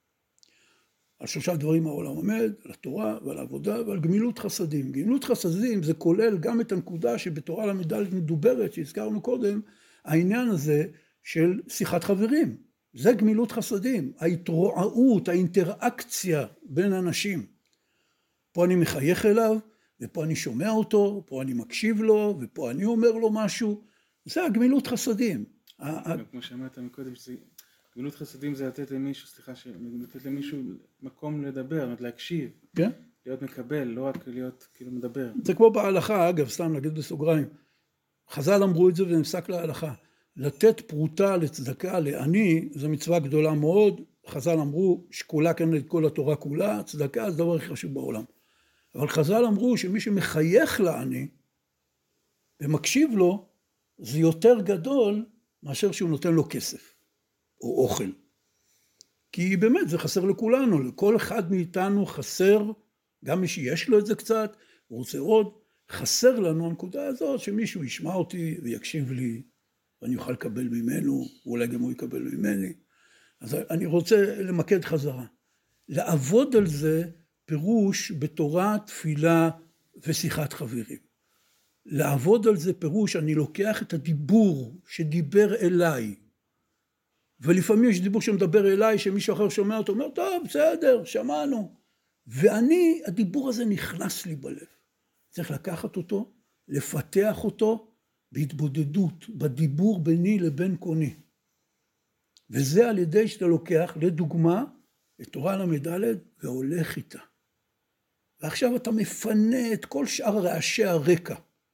על שלושה דברים העולם עומד, על התורה ועל העבודה ועל גמילות חסדים. גמילות חסדים זה כולל גם את הנקודה שבתורה ל"ד מדוברת, שהזכרנו קודם, העניין הזה של שיחת חברים. זה גמילות חסדים, ההתרועעות, האינטראקציה בין אנשים. פה אני מחייך אליו, ופה אני שומע אותו, פה אני מקשיב לו, ופה אני אומר לו משהו. זה הגמילות חסדים. כמו שאמרת מקודם, גמילות חסדים זה לתת למישהו, לתת למישהו מקום לדבר, להקשיב, כן? להיות מקבל, לא רק להיות כאילו מדבר. זה כמו בהלכה, אגב, סתם נגיד בסוגריים. חז"ל אמרו את זה ונפסק להלכה. לתת פרוטה לצדקה לעני, זו מצווה גדולה מאוד. חז"ל אמרו, שקולה כנגד כל התורה כולה, צדקה זה דבר הכי חשוב בעולם. אבל חז"ל אמרו שמי שמחייך לעני ומקשיב לו, זה יותר גדול מאשר שהוא נותן לו כסף או אוכל. כי באמת זה חסר לכולנו, לכל אחד מאיתנו חסר, גם מי שיש לו את זה קצת, הוא רוצה עוד, חסר לנו הנקודה הזאת שמישהו ישמע אותי ויקשיב לי, ואני אוכל לקבל ממנו, ואולי גם הוא יקבל ממני. אז אני רוצה למקד חזרה. לעבוד על זה פירוש בתורה, תפילה ושיחת חברים. לעבוד על זה פירוש, אני לוקח את הדיבור שדיבר אליי, ולפעמים יש דיבור שמדבר אליי, שמישהו אחר שומע אותו, אומר, טוב, בסדר, שמענו. ואני, הדיבור הזה נכנס לי בלב. צריך לקחת אותו, לפתח אותו, בהתבודדות, בדיבור ביני לבין קוני. וזה על ידי שאתה לוקח, לדוגמה, את תורה ל"ד והולך איתה. ועכשיו אתה מפנה את כל שאר רעשי הרקע.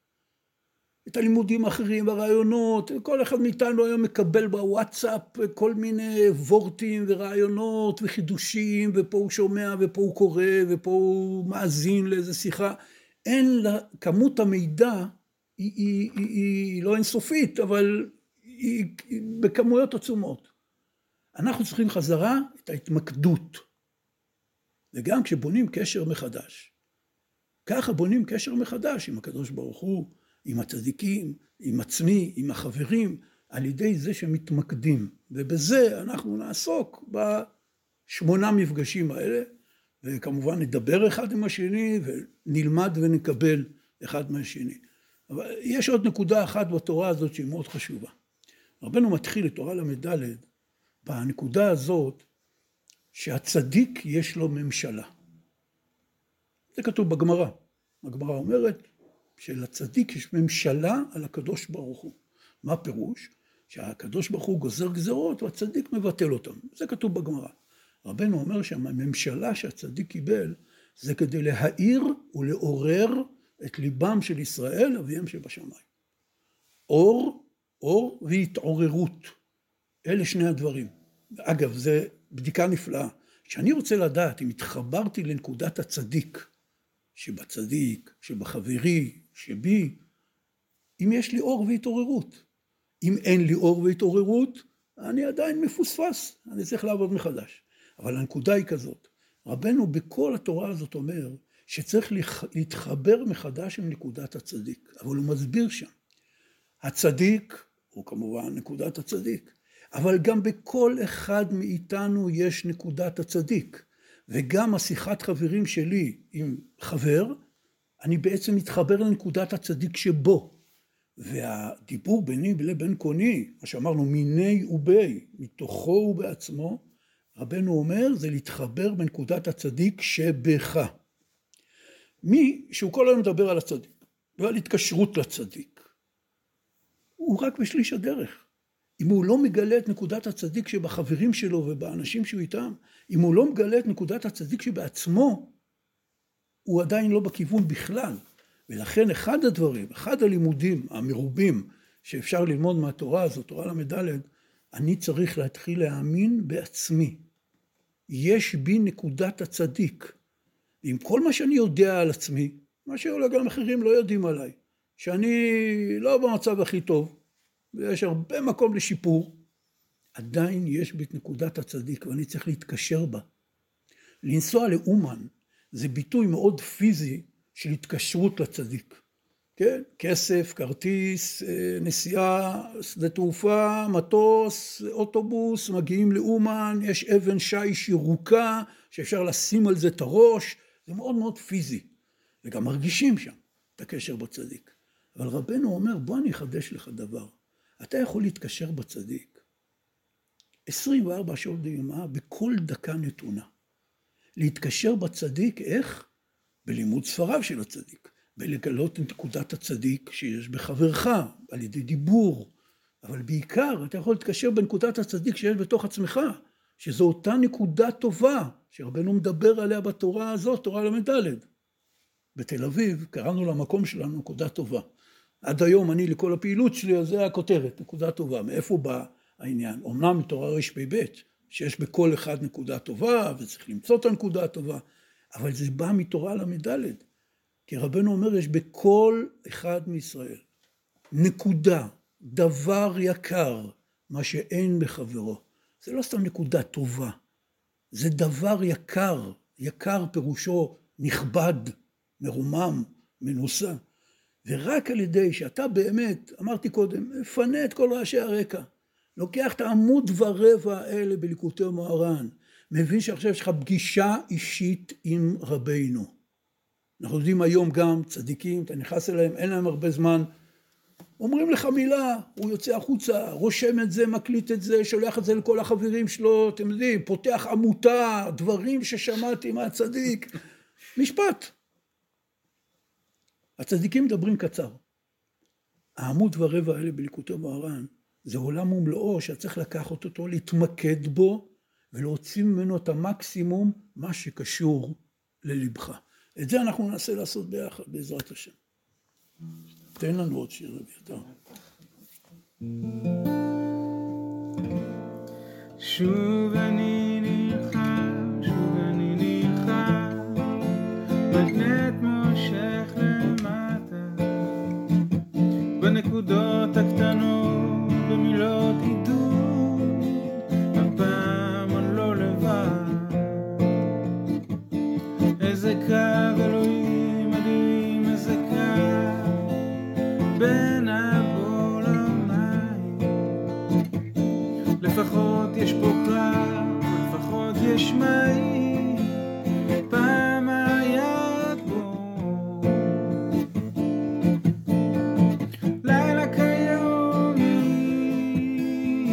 את הלימודים האחרים, הרעיונות, כל אחד מאיתנו היום מקבל בוואטסאפ כל מיני וורטים ורעיונות וחידושים, ופה הוא שומע ופה הוא קורא ופה הוא מאזין לאיזו שיחה. אין לה, כמות המידע היא לא אינסופית, אבל היא בכמויות עצומות. אנחנו צריכים חזרה את ההתמקדות. וגם כשבונים קשר מחדש. ככה בונים קשר מחדש עם הקדוש ברוך הוא, עם הצדיקים, עם עצמי, עם החברים, על ידי זה שמתמקדים. ובזה אנחנו נעסוק ב8 מפגשים האלה, וכמובן נדבר אחד עם השני, ונלמד ונקבל אחד מהשני. אבל יש עוד נקודה אחת בתורה הזאת שהיא מאוד חשובה. רבנו מתחיל את תורה ל"ד, בנקודה הזאת, שהצדיק יש לו ממשלה. זה כתוב בגמרא. הגמרא אומרת שלצדיק יש ממשלה על הקדוש ברוך הוא. מה פירוש? שהקדוש ברוך הוא גוזר גזרות והצדיק מבטל אותם. זה כתוב בגמרא. רבנו אומר שהממשלה שהצדיק קיבל זה כדי להאיר ולעורר את ליבם של ישראל, אביהם שבשמיים. אור והתעוררות. אלה שני הדברים. אגב, זה בדיקה נפלאה. שאני רוצה לדעת אם התחברתי לנקודת הצדיק, שבצדיק, שבחברי, שבי, אם יש לי אור והתעוררות. אם אין לי אור והתעוררות, אני עדיין מפוספס, אני צריך לעבוד מחדש. אבל הנקודה היא כזאת, רבנו בכל התורה הזאת אומר, שצריך להתחבר מחדש עם נקודת הצדיק, אבל הוא מסביר שם. הצדיק הוא כמובן נקודת הצדיק, אבל גם בכל אחד מאיתנו יש נקודת הצדיק, וגם השיחת חברים שלי עם חבר, אני בעצם מתחבר לנקודת הצדיק שבו, והדיבור ביני לבין קוני, מה שאמרנו מיני ובי, מתוכו ובעצמו, רבנו אומר זה להתחבר בנקודת הצדיק שבך. מי שהוא כל היום מדבר על הצדיק, ועל התקשרות לצדיק, הוא רק בשליש הדרך. אם הוא לא מגלה את נקודת הצדיק שבחברים שלו ובאנשים שהוא איתם, אם הוא לא מגלה את נקודת הצדיק שבעצמו, הוא עדיין לא בכיוון בכלל. ולכן אחד הדברים, אחד הלימודים המרובים שאפשר ללמוד מהתורה הזאת, תורה ל"ד, אני צריך להתחיל להאמין בעצמי. יש בי נקודת הצדיק. עם כל מה שאני יודע על עצמי, מה שאולי גם אחרים לא יודעים עליי, שאני לא במצב הכי טוב, ויש הרבה מקום לשיפור, עדיין יש בי את נקודת הצדיק, ואני צריך להתקשר בה. לנסוע לאומן זה ביטוי מאוד פיזי של התקשרות לצדיק. כן? כסף, כרטיס, נסיעה, שדה תעופה, מטוס, אוטובוס, מגיעים לאומן, יש אבן שיש ירוקה שאפשר לשים על זה את הראש, זה מאוד מאוד פיזי, וגם מרגישים שם את הקשר בצדיק. אבל רבנו אומר, בוא אני אחדש לך דבר, אתה יכול להתקשר בצדיק 24 שעות ביממה בכל דקה נתונה. להתקשר בצדיק איך? בלימוד ספריו של הצדיק. בלגלות את נקודת הצדיק שיש בחברך, על ידי דיבור, אבל בעיקר אתה יכול להתקשר בנקודת הצדיק שיש בתוך עצמך, שזו אותה נקודה טובה, שרבנו מדבר עליה בתורה הזאת, תורה ל"ד. בתל אביב קראנו למקום שלנו נקודה טובה. עד היום אני לכל הפעילות שלי, אז זה הכותרת, נקודה טובה. מאיפה בא העניין? אמנם מתורה רש"ב, שיש בכל אחד נקודה טובה, וצריך למצוא את הנקודה הטובה, אבל זה בא מתורה ל"ד. כי רבנו אומר, יש בכל אחד מישראל נקודה, דבר יקר, מה שאין בחברו. זה לא סתם נקודה טובה, זה דבר יקר, יקר פירושו נכבד, מרומם, מנוסה. ורק על ידי שאתה באמת, אמרתי קודם, מפנה את כל רעשי הרקע, לוקח את העמוד ורבע האלה בליקוטי מוהר"ן, מבין שעכשיו יש לך פגישה אישית עם רבינו. אנחנו יודעים היום גם צדיקים, אתה נכנס אליהם, אין להם הרבה זמן, אומרים לך מילה, הוא יוצא החוצה, רושם את זה, מקליט את זה, שולח את זה לכל החברים שלו, אתם יודעים, פותח עמותה, דברים ששמעתי מהצדיק, משפט. הצדיקים מדברים קצר. העמוד ורבע האלה בליקוטי מוהר"ן, זה עולם ומלואו שצריך לקחת אותו, להתמקד בו, ולהוציא ממנו את המקסימום, מה שקשור ללבך. את זה אנחנו ננסה לעשות ביחד, בעזרת השם. תן לנו עוד שיר, אביתר. שוב אני נלחם, שוב אני נלחם, מגנט מושך למטה, בנקודות הקטנות, במילות עידוד, הפעם אני לא לבד. איזה קו אלוהים אדירים, איזה קו בין הבור למים. לפחות יש פה קרב, לפחות יש מים, פעם היה פה. לילה כיומי,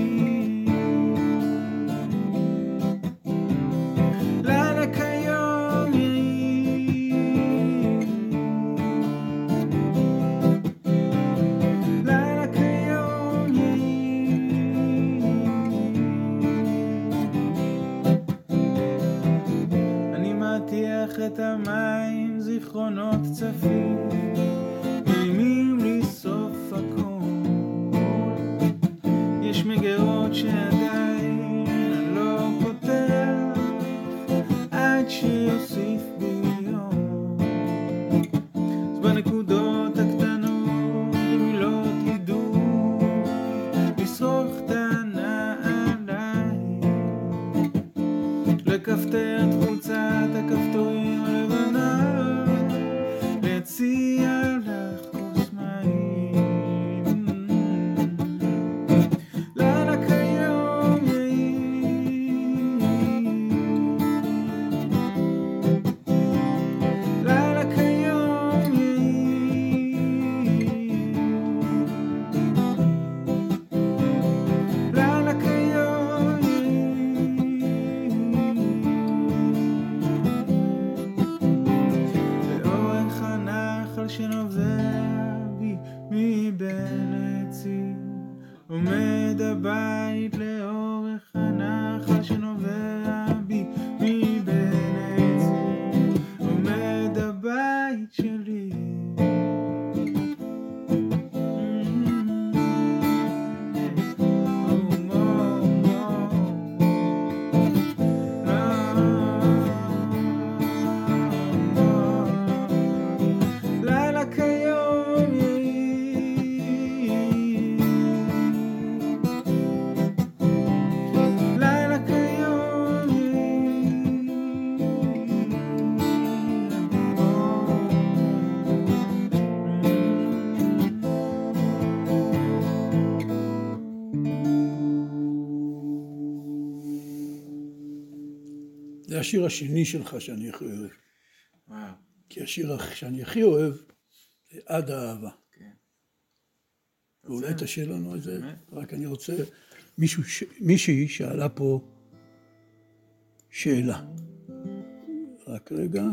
זה השיר השני שלך שאני הכי אוהב. וואו. כי השיר שאני הכי אוהב זה עד האהבה. כן. ואולי תשאיר לנו את זה, רק אני רוצה, מישהי שאלה פה שאלה. רק רגע.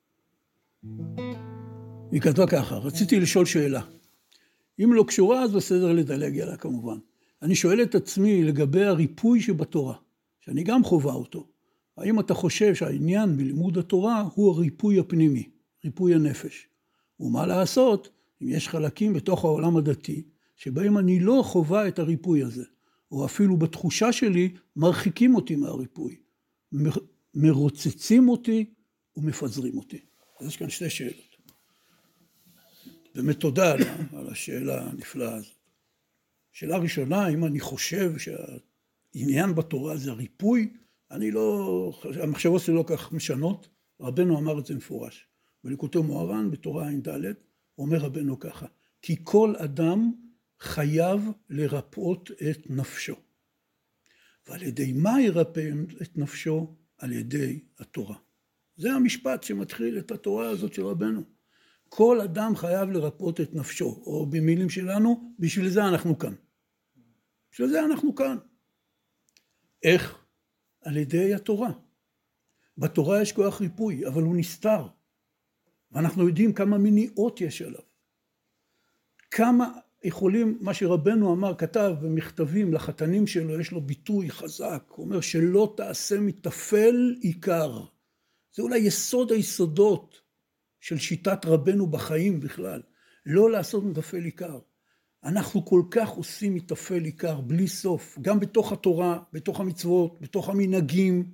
היא כתבה ככה, רציתי לשאול שאלה. אם לא קשורה, אז בסדר לדלג עליה כמובן. אני שואל את עצמי לגבי הריפוי שבתורה, שאני גם חובה אותו. האם אתה חושב שהעניין בלימוד התורה הוא הריפוי הפנימי, ריפוי הנפש? ומה לעשות אם יש חלקים בתוך העולם הדתי, שבהם אני לא חובה את הריפוי הזה, או אפילו בתחושה שלי מרחיקים אותי מהריפוי, מרוצצים אותי ומפזרים אותי. אז יש כאן שתי שאלות. באמת תודה על השאלה הנפלאה הזאת. שאלה ראשונה, אם אני חושב שהעניין בתורה זה הריפוי, אני לא, המחשבות שלי לא כך משנות, רבנו אמר את זה מפורש. בליקוטי מוהר"ן, בתורה ע"ד, אומר רבנו ככה, כי כל אדם חייב לרפאות את נפשו. ועל ידי מה ירפא את נפשו? על ידי התורה. זה המשפט שמתחיל את התורה הזאת של רבנו. כל אדם חייב לרפאות את נפשו, או במילים שלנו, בשביל זה אנחנו כאן. בשביל זה אנחנו כאן. איך? על ידי התורה. בתורה יש כוח ריפוי, אבל הוא נסתר. ואנחנו יודעים כמה מניעות יש עליו. כמה יכולים, מה שרבנו אמר, כתב במכתבים לחתנים שלו, יש לו ביטוי חזק, הוא אומר שלא תעשה מטפל עיקר. זה אולי יסוד היסודות של שיטת רבנו בחיים בכלל. לא לעשות מטפל עיקר. אנחנו כל כך עושים מטפל עיקר בלי סוף, גם בתוך התורה, בתוך המצוות, בתוך המנהגים.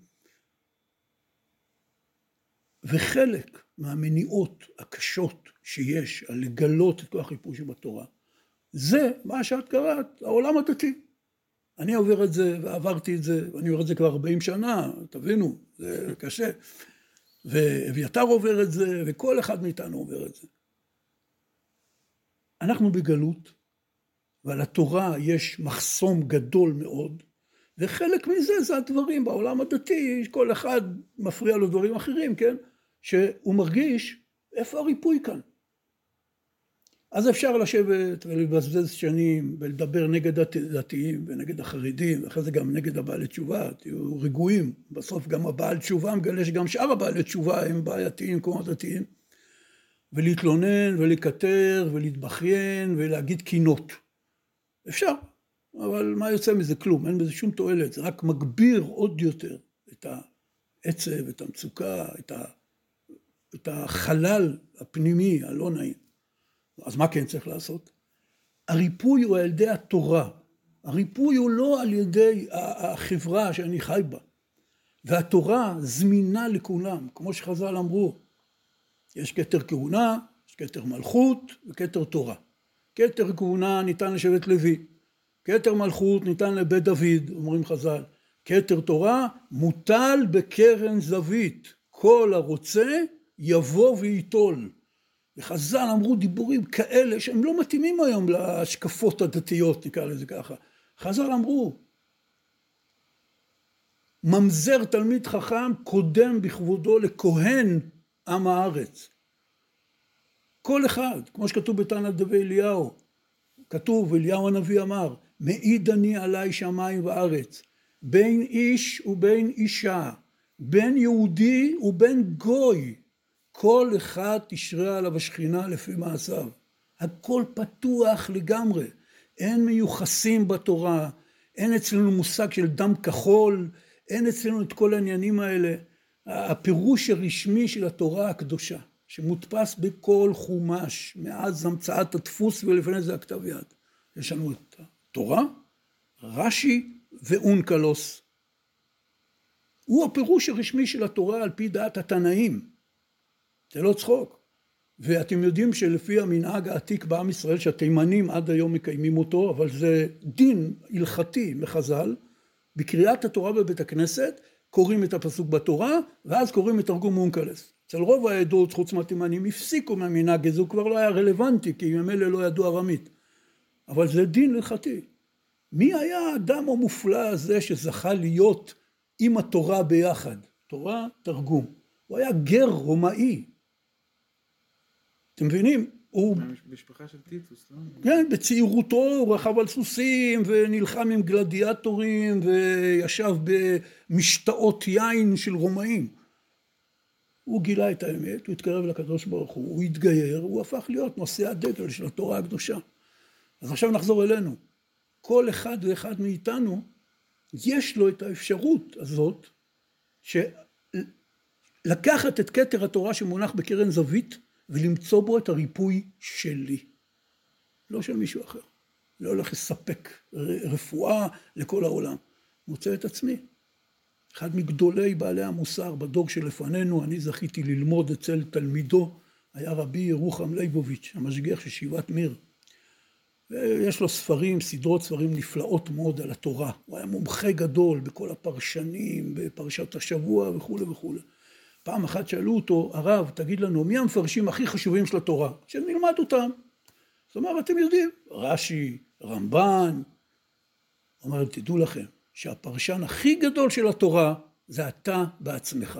וחלק מהמניעות הקשות שיש על לגלות את כוח הריפוי שבתורה, זה מה שאת קראת, העולם הדתי. אני עובר את זה ועברתי את זה, ואני עובר את זה כבר 40 שנה, תבינו, זה קשה. ואביתר עובר את זה, וכל אחד מאיתנו עובר את זה. אנחנו בגלות, ועל התורה יש מחסום גדול מאוד, וחלק מזה זה הדברים בעולם הדתי, כל אחד מפריע לו דברים אחרים, כן? שהוא מרגיש איפה הריפוי כאן. אז אפשר לשבת ולבזבז שנים ולדבר נגד הדתיים ונגד החרדים, ואחרי זה גם נגד הבעלי תשובה, תהיו רגועים, בסוף גם הבעל תשובה מגלה שגם שאר הבעלי תשובה הם בעייתיים כמו הדתיים, ולהתלונן ולקטר ולהתבכיין ולהגיד קינות. אפשר, אבל מה יוצא מזה? כלום, אין בזה שום תועלת, זה רק מגביר עוד יותר את העצב, את המצוקה, את החלל הפנימי, הלא נעים. אז מה כן צריך לעשות? הריפוי הוא על ידי התורה. הריפוי הוא לא על ידי החברה שאני חי בה. והתורה זמינה לכולם, כמו שחז"ל אמרו. יש כתר כהונה, יש כתר מלכות וכתר תורה. כתר כהונה ניתן לשבט לוי. כתר מלכות ניתן לבית דוד, אומרים חז"ל. כתר תורה מוטל בקרן זווית. כל הרוצה יבוא ויטול. וחז"ל אמרו דיבורים כאלה שהם לא מתאימים היום להשקפות הדתיות, נקרא לזה ככה. חז"ל אמרו, ממזר תלמיד חכם קודם בכבודו לכהן עם הארץ. כל אחד, כמו שכתוב בתנא דבי אליהו, כתוב, אליהו הנביא אמר, מעיד אני עלי שמיים וארץ, בין איש ובין אישה, בין יהודי ובין גוי, כל אחד תשרה עליו השכינה לפי מעשיו. הכל פתוח לגמרי. אין מיוחסים בתורה, אין אצלנו מושג של דם כחול, אין אצלנו את כל העניינים האלה. הפירוש הרשמי של התורה הקדושה, שמודפס בכל חומש, מאז המצאת הדפוס ולפני זה הכתב יד. יש לנו את התורה, רש"י ואונקלוס. הוא הפירוש הרשמי של התורה על פי דעת התנאים. זה לא צחוק. ואתם יודעים שלפי המנהג העתיק בעם ישראל, שהתימנים עד היום מקיימים אותו, אבל זה דין הלכתי מחז"ל, בקריאת התורה בבית הכנסת, קוראים את הפסוק בתורה, ואז קוראים את תרגום אונקלוס. אצל רוב העדות, חוץ מהתימנים, הפסיקו מהמנהג הזה, הוא כבר לא היה רלוונטי, כי הם אלה לא ידעו ארמית. אבל זה דין הלכתי. מי היה האדם המופלא הזה שזכה להיות עם התורה ביחד? תורה תרגום. הוא היה גר רומאי. אתם מבינים? הוא... משפחה של טיטוס, לא? כן, בצעירותו הוא רכב על סוסים ונלחם עם גלדיאטורים וישב במשתאות יין של רומאים. הוא גילה את האמת, הוא התקרב לקדוש ברוך הוא, הוא התגייר, הוא הפך להיות נושא הדגל של התורה הקדושה. אז עכשיו נחזור אלינו. כל אחד ואחד מאיתנו יש לו את האפשרות הזאת לקחת את כתר התורה שמונח בקרן זווית ולמצוא בו את הריפוי שלי, לא של מישהו אחר. לא הולך לספק רפואה לכל העולם. מוצא את עצמי. אחד מגדולי בעלי המוסר בדור שלפנינו, אני זכיתי ללמוד אצל תלמידו, היה רבי ירוחם ליבוביץ', המשגיח של שיבת מיר. ויש לו ספרים, סדרות ספרים נפלאות מאוד על התורה. הוא היה מומחה גדול בכל הפרשנים, בפרשת השבוע וכו' וכו'. פעם אחת שאלו אותו, הרב, תגיד לנו, מי המפרשים הכי חשובים של התורה? שנלמד אותם. זאת אומרת, אתם יודעים, רש"י, רמב"ן. הוא אומר, תדעו לכם, שהפרשן הכי גדול של התורה, זה אתה בעצמך.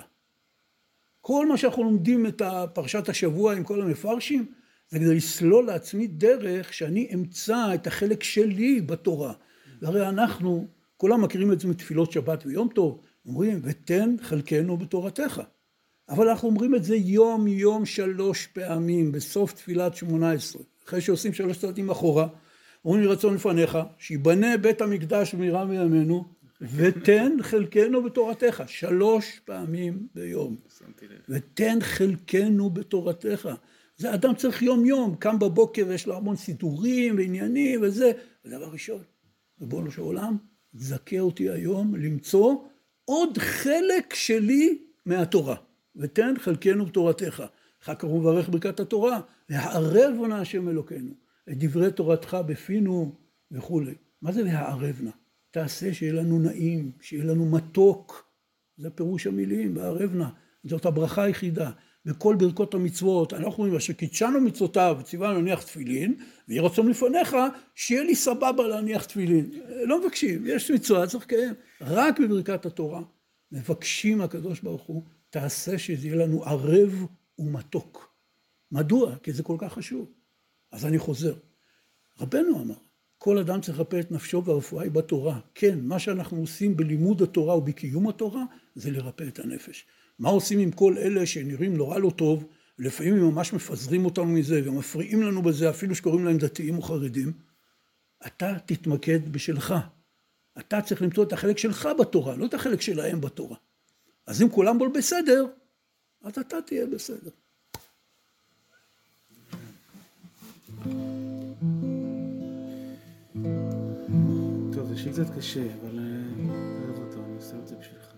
כל מה שאנחנו לומדים את פרשת השבוע עם כל המפרשים, זה כדי לסלול לעצמי דרך שאני אמצא את החלק שלי בתורה. והרי אנחנו, כולם מכירים את זה מתפילות שבת ויום טוב, אומרים, ותן חלקנו בתורתך. אבל אנחנו אומרים את זה יום יום 3 פעמים, בסוף תפילת 18. אחרי שעושים 3 צעדים אחורה, אומרים רצון לפניך, שיבנה בית המקדש במהרה בימינו, ותן חלקנו בתורתך. 3 פעמים ביום. ותן חלקנו בתורתך. זה אדם צריך יום יום, קם בבוקר ויש לו המון סידורים ועניינים וזה. ודבר ראשון, ריבונו של עולם, זכה אותי היום למצוא עוד חלק שלי מהתורה. ותן חלקנו בתורתך. אחר כך הוא מברך ברכת התורה, והערב נא השם אלוקינו, את דברי תורתך בפינו וכו'. מה זה להערב נא? תעשה שיהיה לנו נעים, שיהיה לנו מתוק. זה פירוש המילים, והערב נא. זאת הברכה היחידה. בכל ברכות המצוות, אנחנו אומרים, שקידשנו מצוותיו, ציוונו להניח תפילין, ויהי רצון לפניך, שיהיה לי סבבה להניח תפילין. לא מבקשים, יש מצווה, צריך לקיים. רק בברכת התורה, מבקשים הקדוש ברוך הוא, תעשה שזה יהיה לנו ערב ומתוק. מדוע? כי זה כל כך חשוב. אז אני חוזר. רבנו אמר, כל אדם צריך לרפא את נפשו והרפואה היא בתורה. כן, מה שאנחנו עושים בלימוד התורה ובקיום התורה, זה לרפא את הנפש. מה עושים עם כל אלה שנראים נורא לא טוב, לפעמים הם ממש מפזרים אותנו מזה, ומפריעים לנו בזה, אפילו שקוראים להם דתיים או חרדים. אתה תתמקד בשלך. אתה צריך למצוא את החלק שלך בתורה, לא את החלק שלהם בתורה. אז אם כולם בול בסדר, אז אתה תהיה בסדר. טוב, זה שיר קצת קשה, אבל אוהב אותו, אני עושה את זה בשבילך.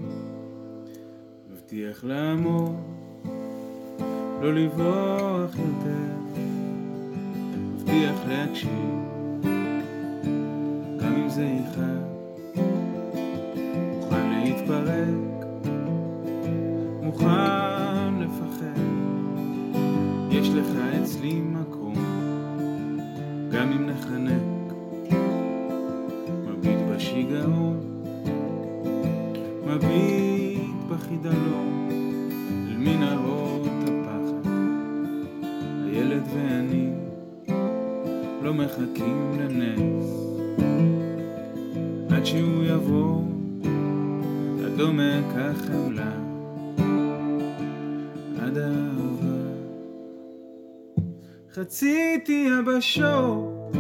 מבטיח לעמוד, לא לברוח יותר, מבטיח להקשיב, גם אם זה איכה, מוכן להתפרק, מוכן לפחד, יש לך אצלי מקום, גם אם נחנק, מביט בשיגעון, מביט בחידלון, אל מנהרות הפחד, הילד ואני לא מחכים לנס, עד שהוא יבוא, עד עומק החמלה, עד האהבה. חציתי יבשות,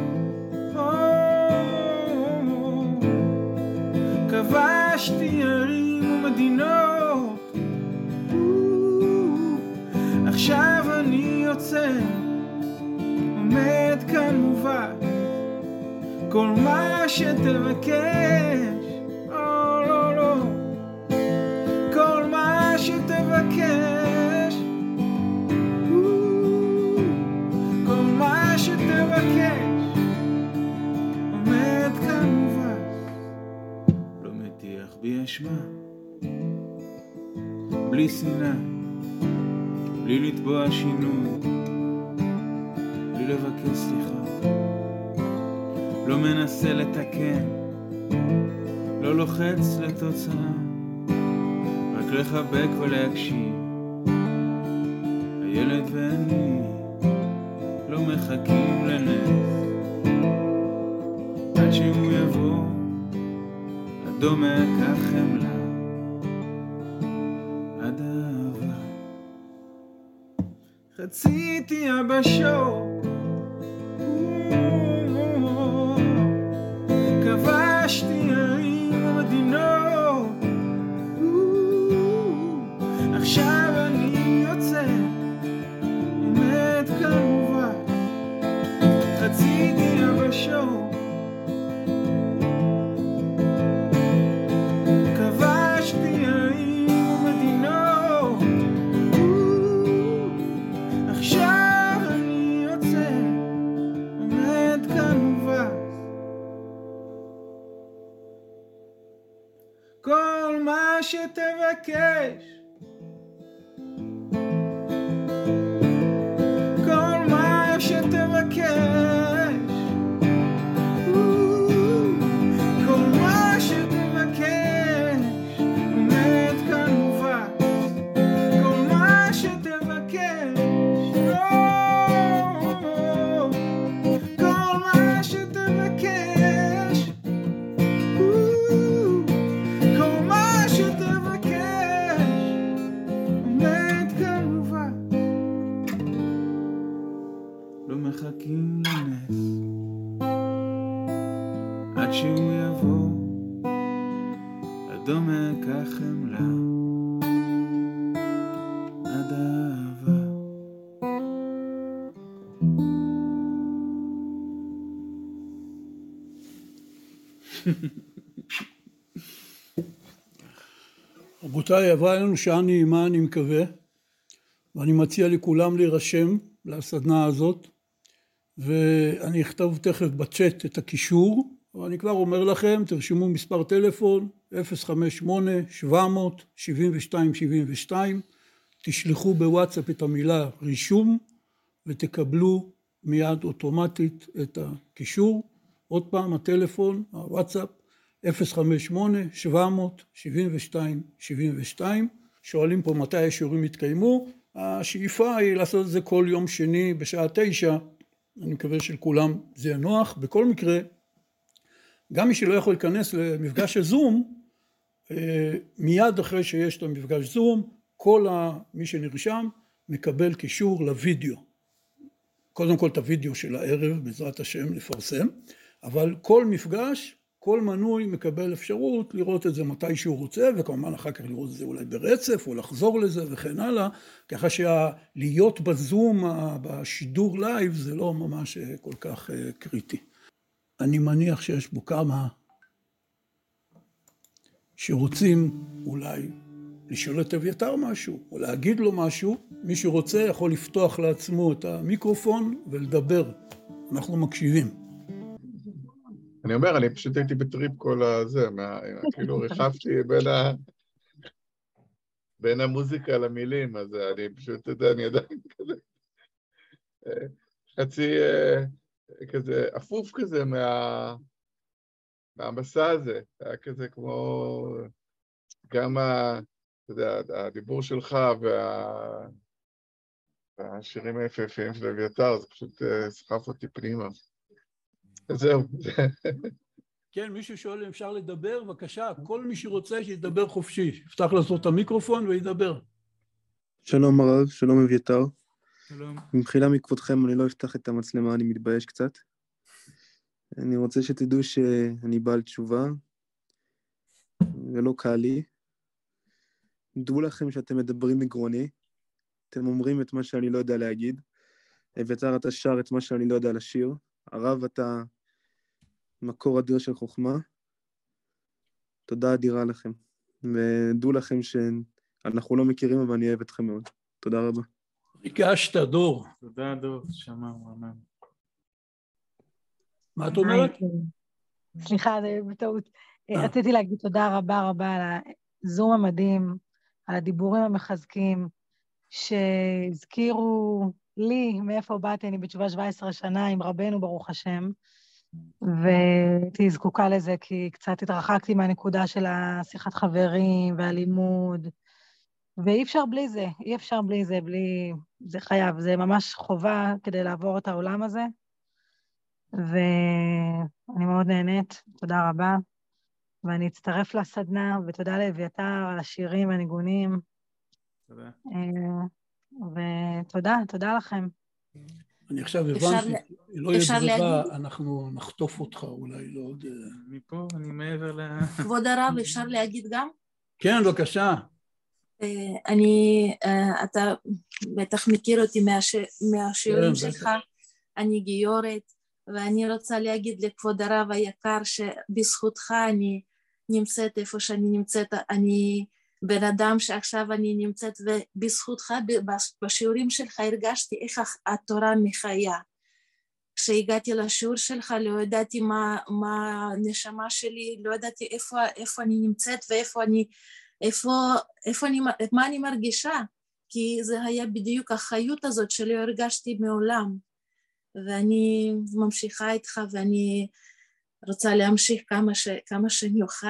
כבשתי ערים ומדינות, עכשיו אני יוצא, עומד כאן מובן, כל מה שתבקש, לא לא, כל מה שתבקש, כל מה שתבקש, עומד כאן מובן, לא מטיח בי אשמה, בלי שנאה, בלי לתבוע שינוי, בלי לבקש סליחה, לא מנסה לתקן, לא לוחץ לתוצאה, רק לחבק ולהקשיב. הילד ואני לא מחכים לנס, עד שהוא יבוא אדום מהקח חמלה עד אהבה. חציתי יבשות, כבשתי ערים ומדינות, עכשיו אני יוצא עומד כאן מובן. חציתי יבשות, כבשתי ערים ומדינות, עכשיו אני יוצא עומד כאן מובן. כל מה שתבקש, כל מה שתבקש, כל מה שתבקש עומד כאן מובן. כל מה שתבקש, כל מה שתבקש, כל מה שתבקש עומד כאן מובן. לא מחכים לנס, עד שהוא יבוא אדום מהקח חמלה עד אהבה. רבותיי, עברה לנו שעה נעימה, אני מקווה, ואני מציע לכולם להירשם לסדנה הזאת, ואני אכתוב תכף בצ'אט את הקישור, אבל אני כבר אומר לכם, תרשמו מספר טלפון 058-700-7272, תשלחו בוואטסאפ את המילה רישום, ותקבלו מיד אוטומטית את הקישור. עוד פעם, הטלפון, הוואטסאפ, 058-700-7272. שואלים פה מתי השיעורים יתקיימו. השאיפה היא לעשות את זה כל יום שני בשעה 9. אני מקווה שלכולם זה יהיה נוח. בכל מקרה, גם מי שלא יכול להיכנס למפגש הזום, מיד אחרי שיש את המפגש זום, כל מי שנרשם מקבל קישור לוידאו. קודם כל את הוידאו של הערב, בעזרת השם לפרסם, אבל כל מפגש, כל מנוי מקבל אפשרות לראות את זה מתי שהוא רוצה, וכמובן אחר כך לראות את זה אולי ברצף, או לחזור לזה וכן הלאה, ככה שלהיות בזום, בשידור לייב, זה לא ממש כל כך קריטי. אני מניח שיש בו כמה שרוצים אולי לשאול את אביתר משהו, או להגיד לו משהו. מי שרוצה יכול לפתוח לעצמו את המיקרופון ולדבר. אנחנו מקשיבים. אני אומר, אני פשוט הייתי בטריפ כל הזה, כאילו ריחפתי בין המוזיקה למילים, אז אני פשוט, אתה יודע, אני עדיין כזה, חצי כזה, אפוף כזה מהמסע הזה, היה כזה כמו, גם אתה יודע, הדיבור שלך והשירים היפהפיים של אביתר, זה פשוט סחף אותי פנימה. זהו. כן, מישהו שואל אם אפשר לדבר, בבקשה, כל מי שרוצה שידבר חופשי, יפתח לעשות את המיקרופון וידבר. שלום הרב, שלום אביתר. שלום. במחילה מכבודכם אני לא אפתח את המצלמה, אני מתבייש קצת. אני רוצה שתדעו שאני בעל תשובה, ולא קל לי. דעו לכם שאתם מדברים מגרוני, אתם אומרים את מה שאני לא יודע להגיד, אביתר אתה שר את מה שאני לא יודע לשיר, הרב אתה מקור אדיר של חוכמה, תודה אדירה לכם, ודעו לכם שאנחנו לא מכירים אבל אני אוהב אתכם מאוד, תודה רבה. ריגשת דור. תודה דור, שמע רענן. מה את אומרת? סליחה, זה בטעות. רציתי להגיד תודה רבה רבה על הזום המדהים, על הדיבורים המחזקים, שהזכירו לי מאיפה באתי, אני בתשובה 17 שנה עם רבנו ברוך השם, והייתי זקוקה לזה כי קצת התרחקתי מהנקודה של השיחת חברים והלימוד, ואי אפשר בלי זה, אי אפשר בלי זה, זה חייב, זה ממש חובה כדי לעבור את העולם הזה, ואני מאוד נהנית, תודה רבה, ואני אצטרף לסדנה, ותודה לאביתר על השירים והניגונים, תודה. ותודה לכם. אני עכשיו הבנתי, לא יהיה ברירה, אנחנו נחטוף אותך אולי, לא עוד... מפה אני מעבר כבוד הרב, אפשר להגיד גם? כן, בבקשה. אתה בטח מכיר אותי מהשיעורים שלך, אני גיורת, ואני רוצה להגיד לכבוד הרב היקר שבזכותך אני נמצאת איפה שאני נמצאת, אני בן אדם שעכשיו אני נמצאת, ובזכותך בשיעורים שלך הרגשתי איך התורה מחיה. כשהגעתי לשיעור שלך לא ידעתי מה הנשמה שלי, לא ידעתי איפה אני נמצאת ואיפה מה אני מרגישה, כי זה היה בדיוק החיות הזאת שלא הרגשתי מעולם, ואני ממשיכה איתך ואני רוצה להמשיך כמה שאני אוכל,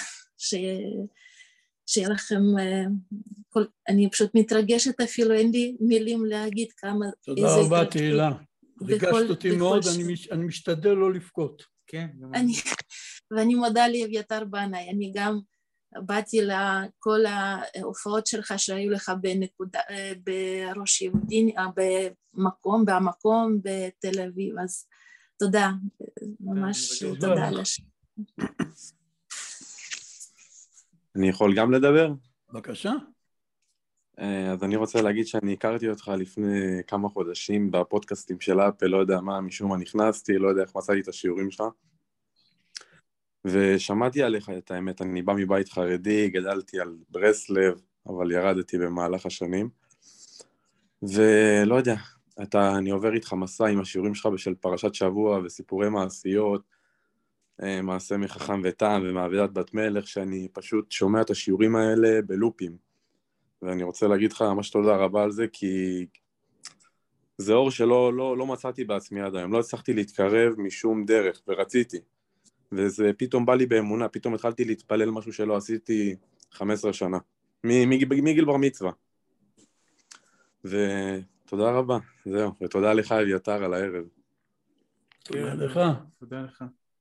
שיהיה לכם, אני פשוט מתרגשת, אפילו אין לי מילים להגיד כמה... תודה רבה תהילה, ריגשת אותי מאוד, אני משתדל לא לבכות. כן. ואני מודה לאביתר בנאי, אני גם באתי לכל ההופעות שלך שהיו לך בראש יהודי, במקום בתל אביב, אז תודה, ממש תודה. אני יכול גם לדבר? בבקשה. אז אני רוצה להגיד שאני הכרתי אותך לפני כמה חודשים בפודקאסטים של אפל, לא יודע מה, משום מה נכנסתי, לא יודע איך מצאתי את השיעורים שלך, ושמעתי עליך את האמת, אני בא מבית חרדי, גדלתי על ברסלב, אבל ירדתי במהלך השנים, ולא יודע, אני עובר איתך מסע עם השיעורים שלך בשל פרשת שבוע וסיפורי מעשיות, מעשה מחכם וטעם ומעבדת בת מלך, שאני פשוט שומע את השיעורים האלה בלופים, ואני רוצה להגיד לך ממש תודה רבה על זה, כי זה אור שלא מצאתי בעצמי עד היום, לא הצלחתי להתקרב משום דרך, ורציתי, וזה פתאום בא לי באמונה, פתאום התחלתי להתפלל משהו שלא עשיתי 15 שנה, מגיל בר מצווה, ותודה רבה, זהו, ותודה לך אביתר על הערב. תודה לך. תודה לך.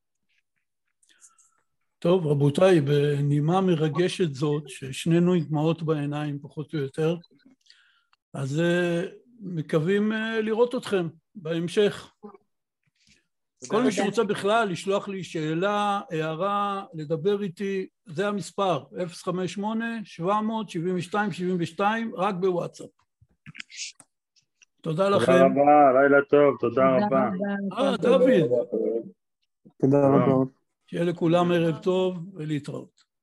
טוב, רבותיי, בנימה מרגשת זאת, ששנינו עם דמעות בעיניים פחות או יותר, אז מקווים לראות אתכם בהמשך. כל מי שרוצה בכלל לשלוח לי שאלה, הערה, לדבר איתי, זה המספר, 058-700-72-72, רק בוואטסאפ. תודה לכם. תודה רבה, לילה טוב, תודה רבה. דוד. תודה רבה. שיהיה לכולם ערב טוב ולהתראות.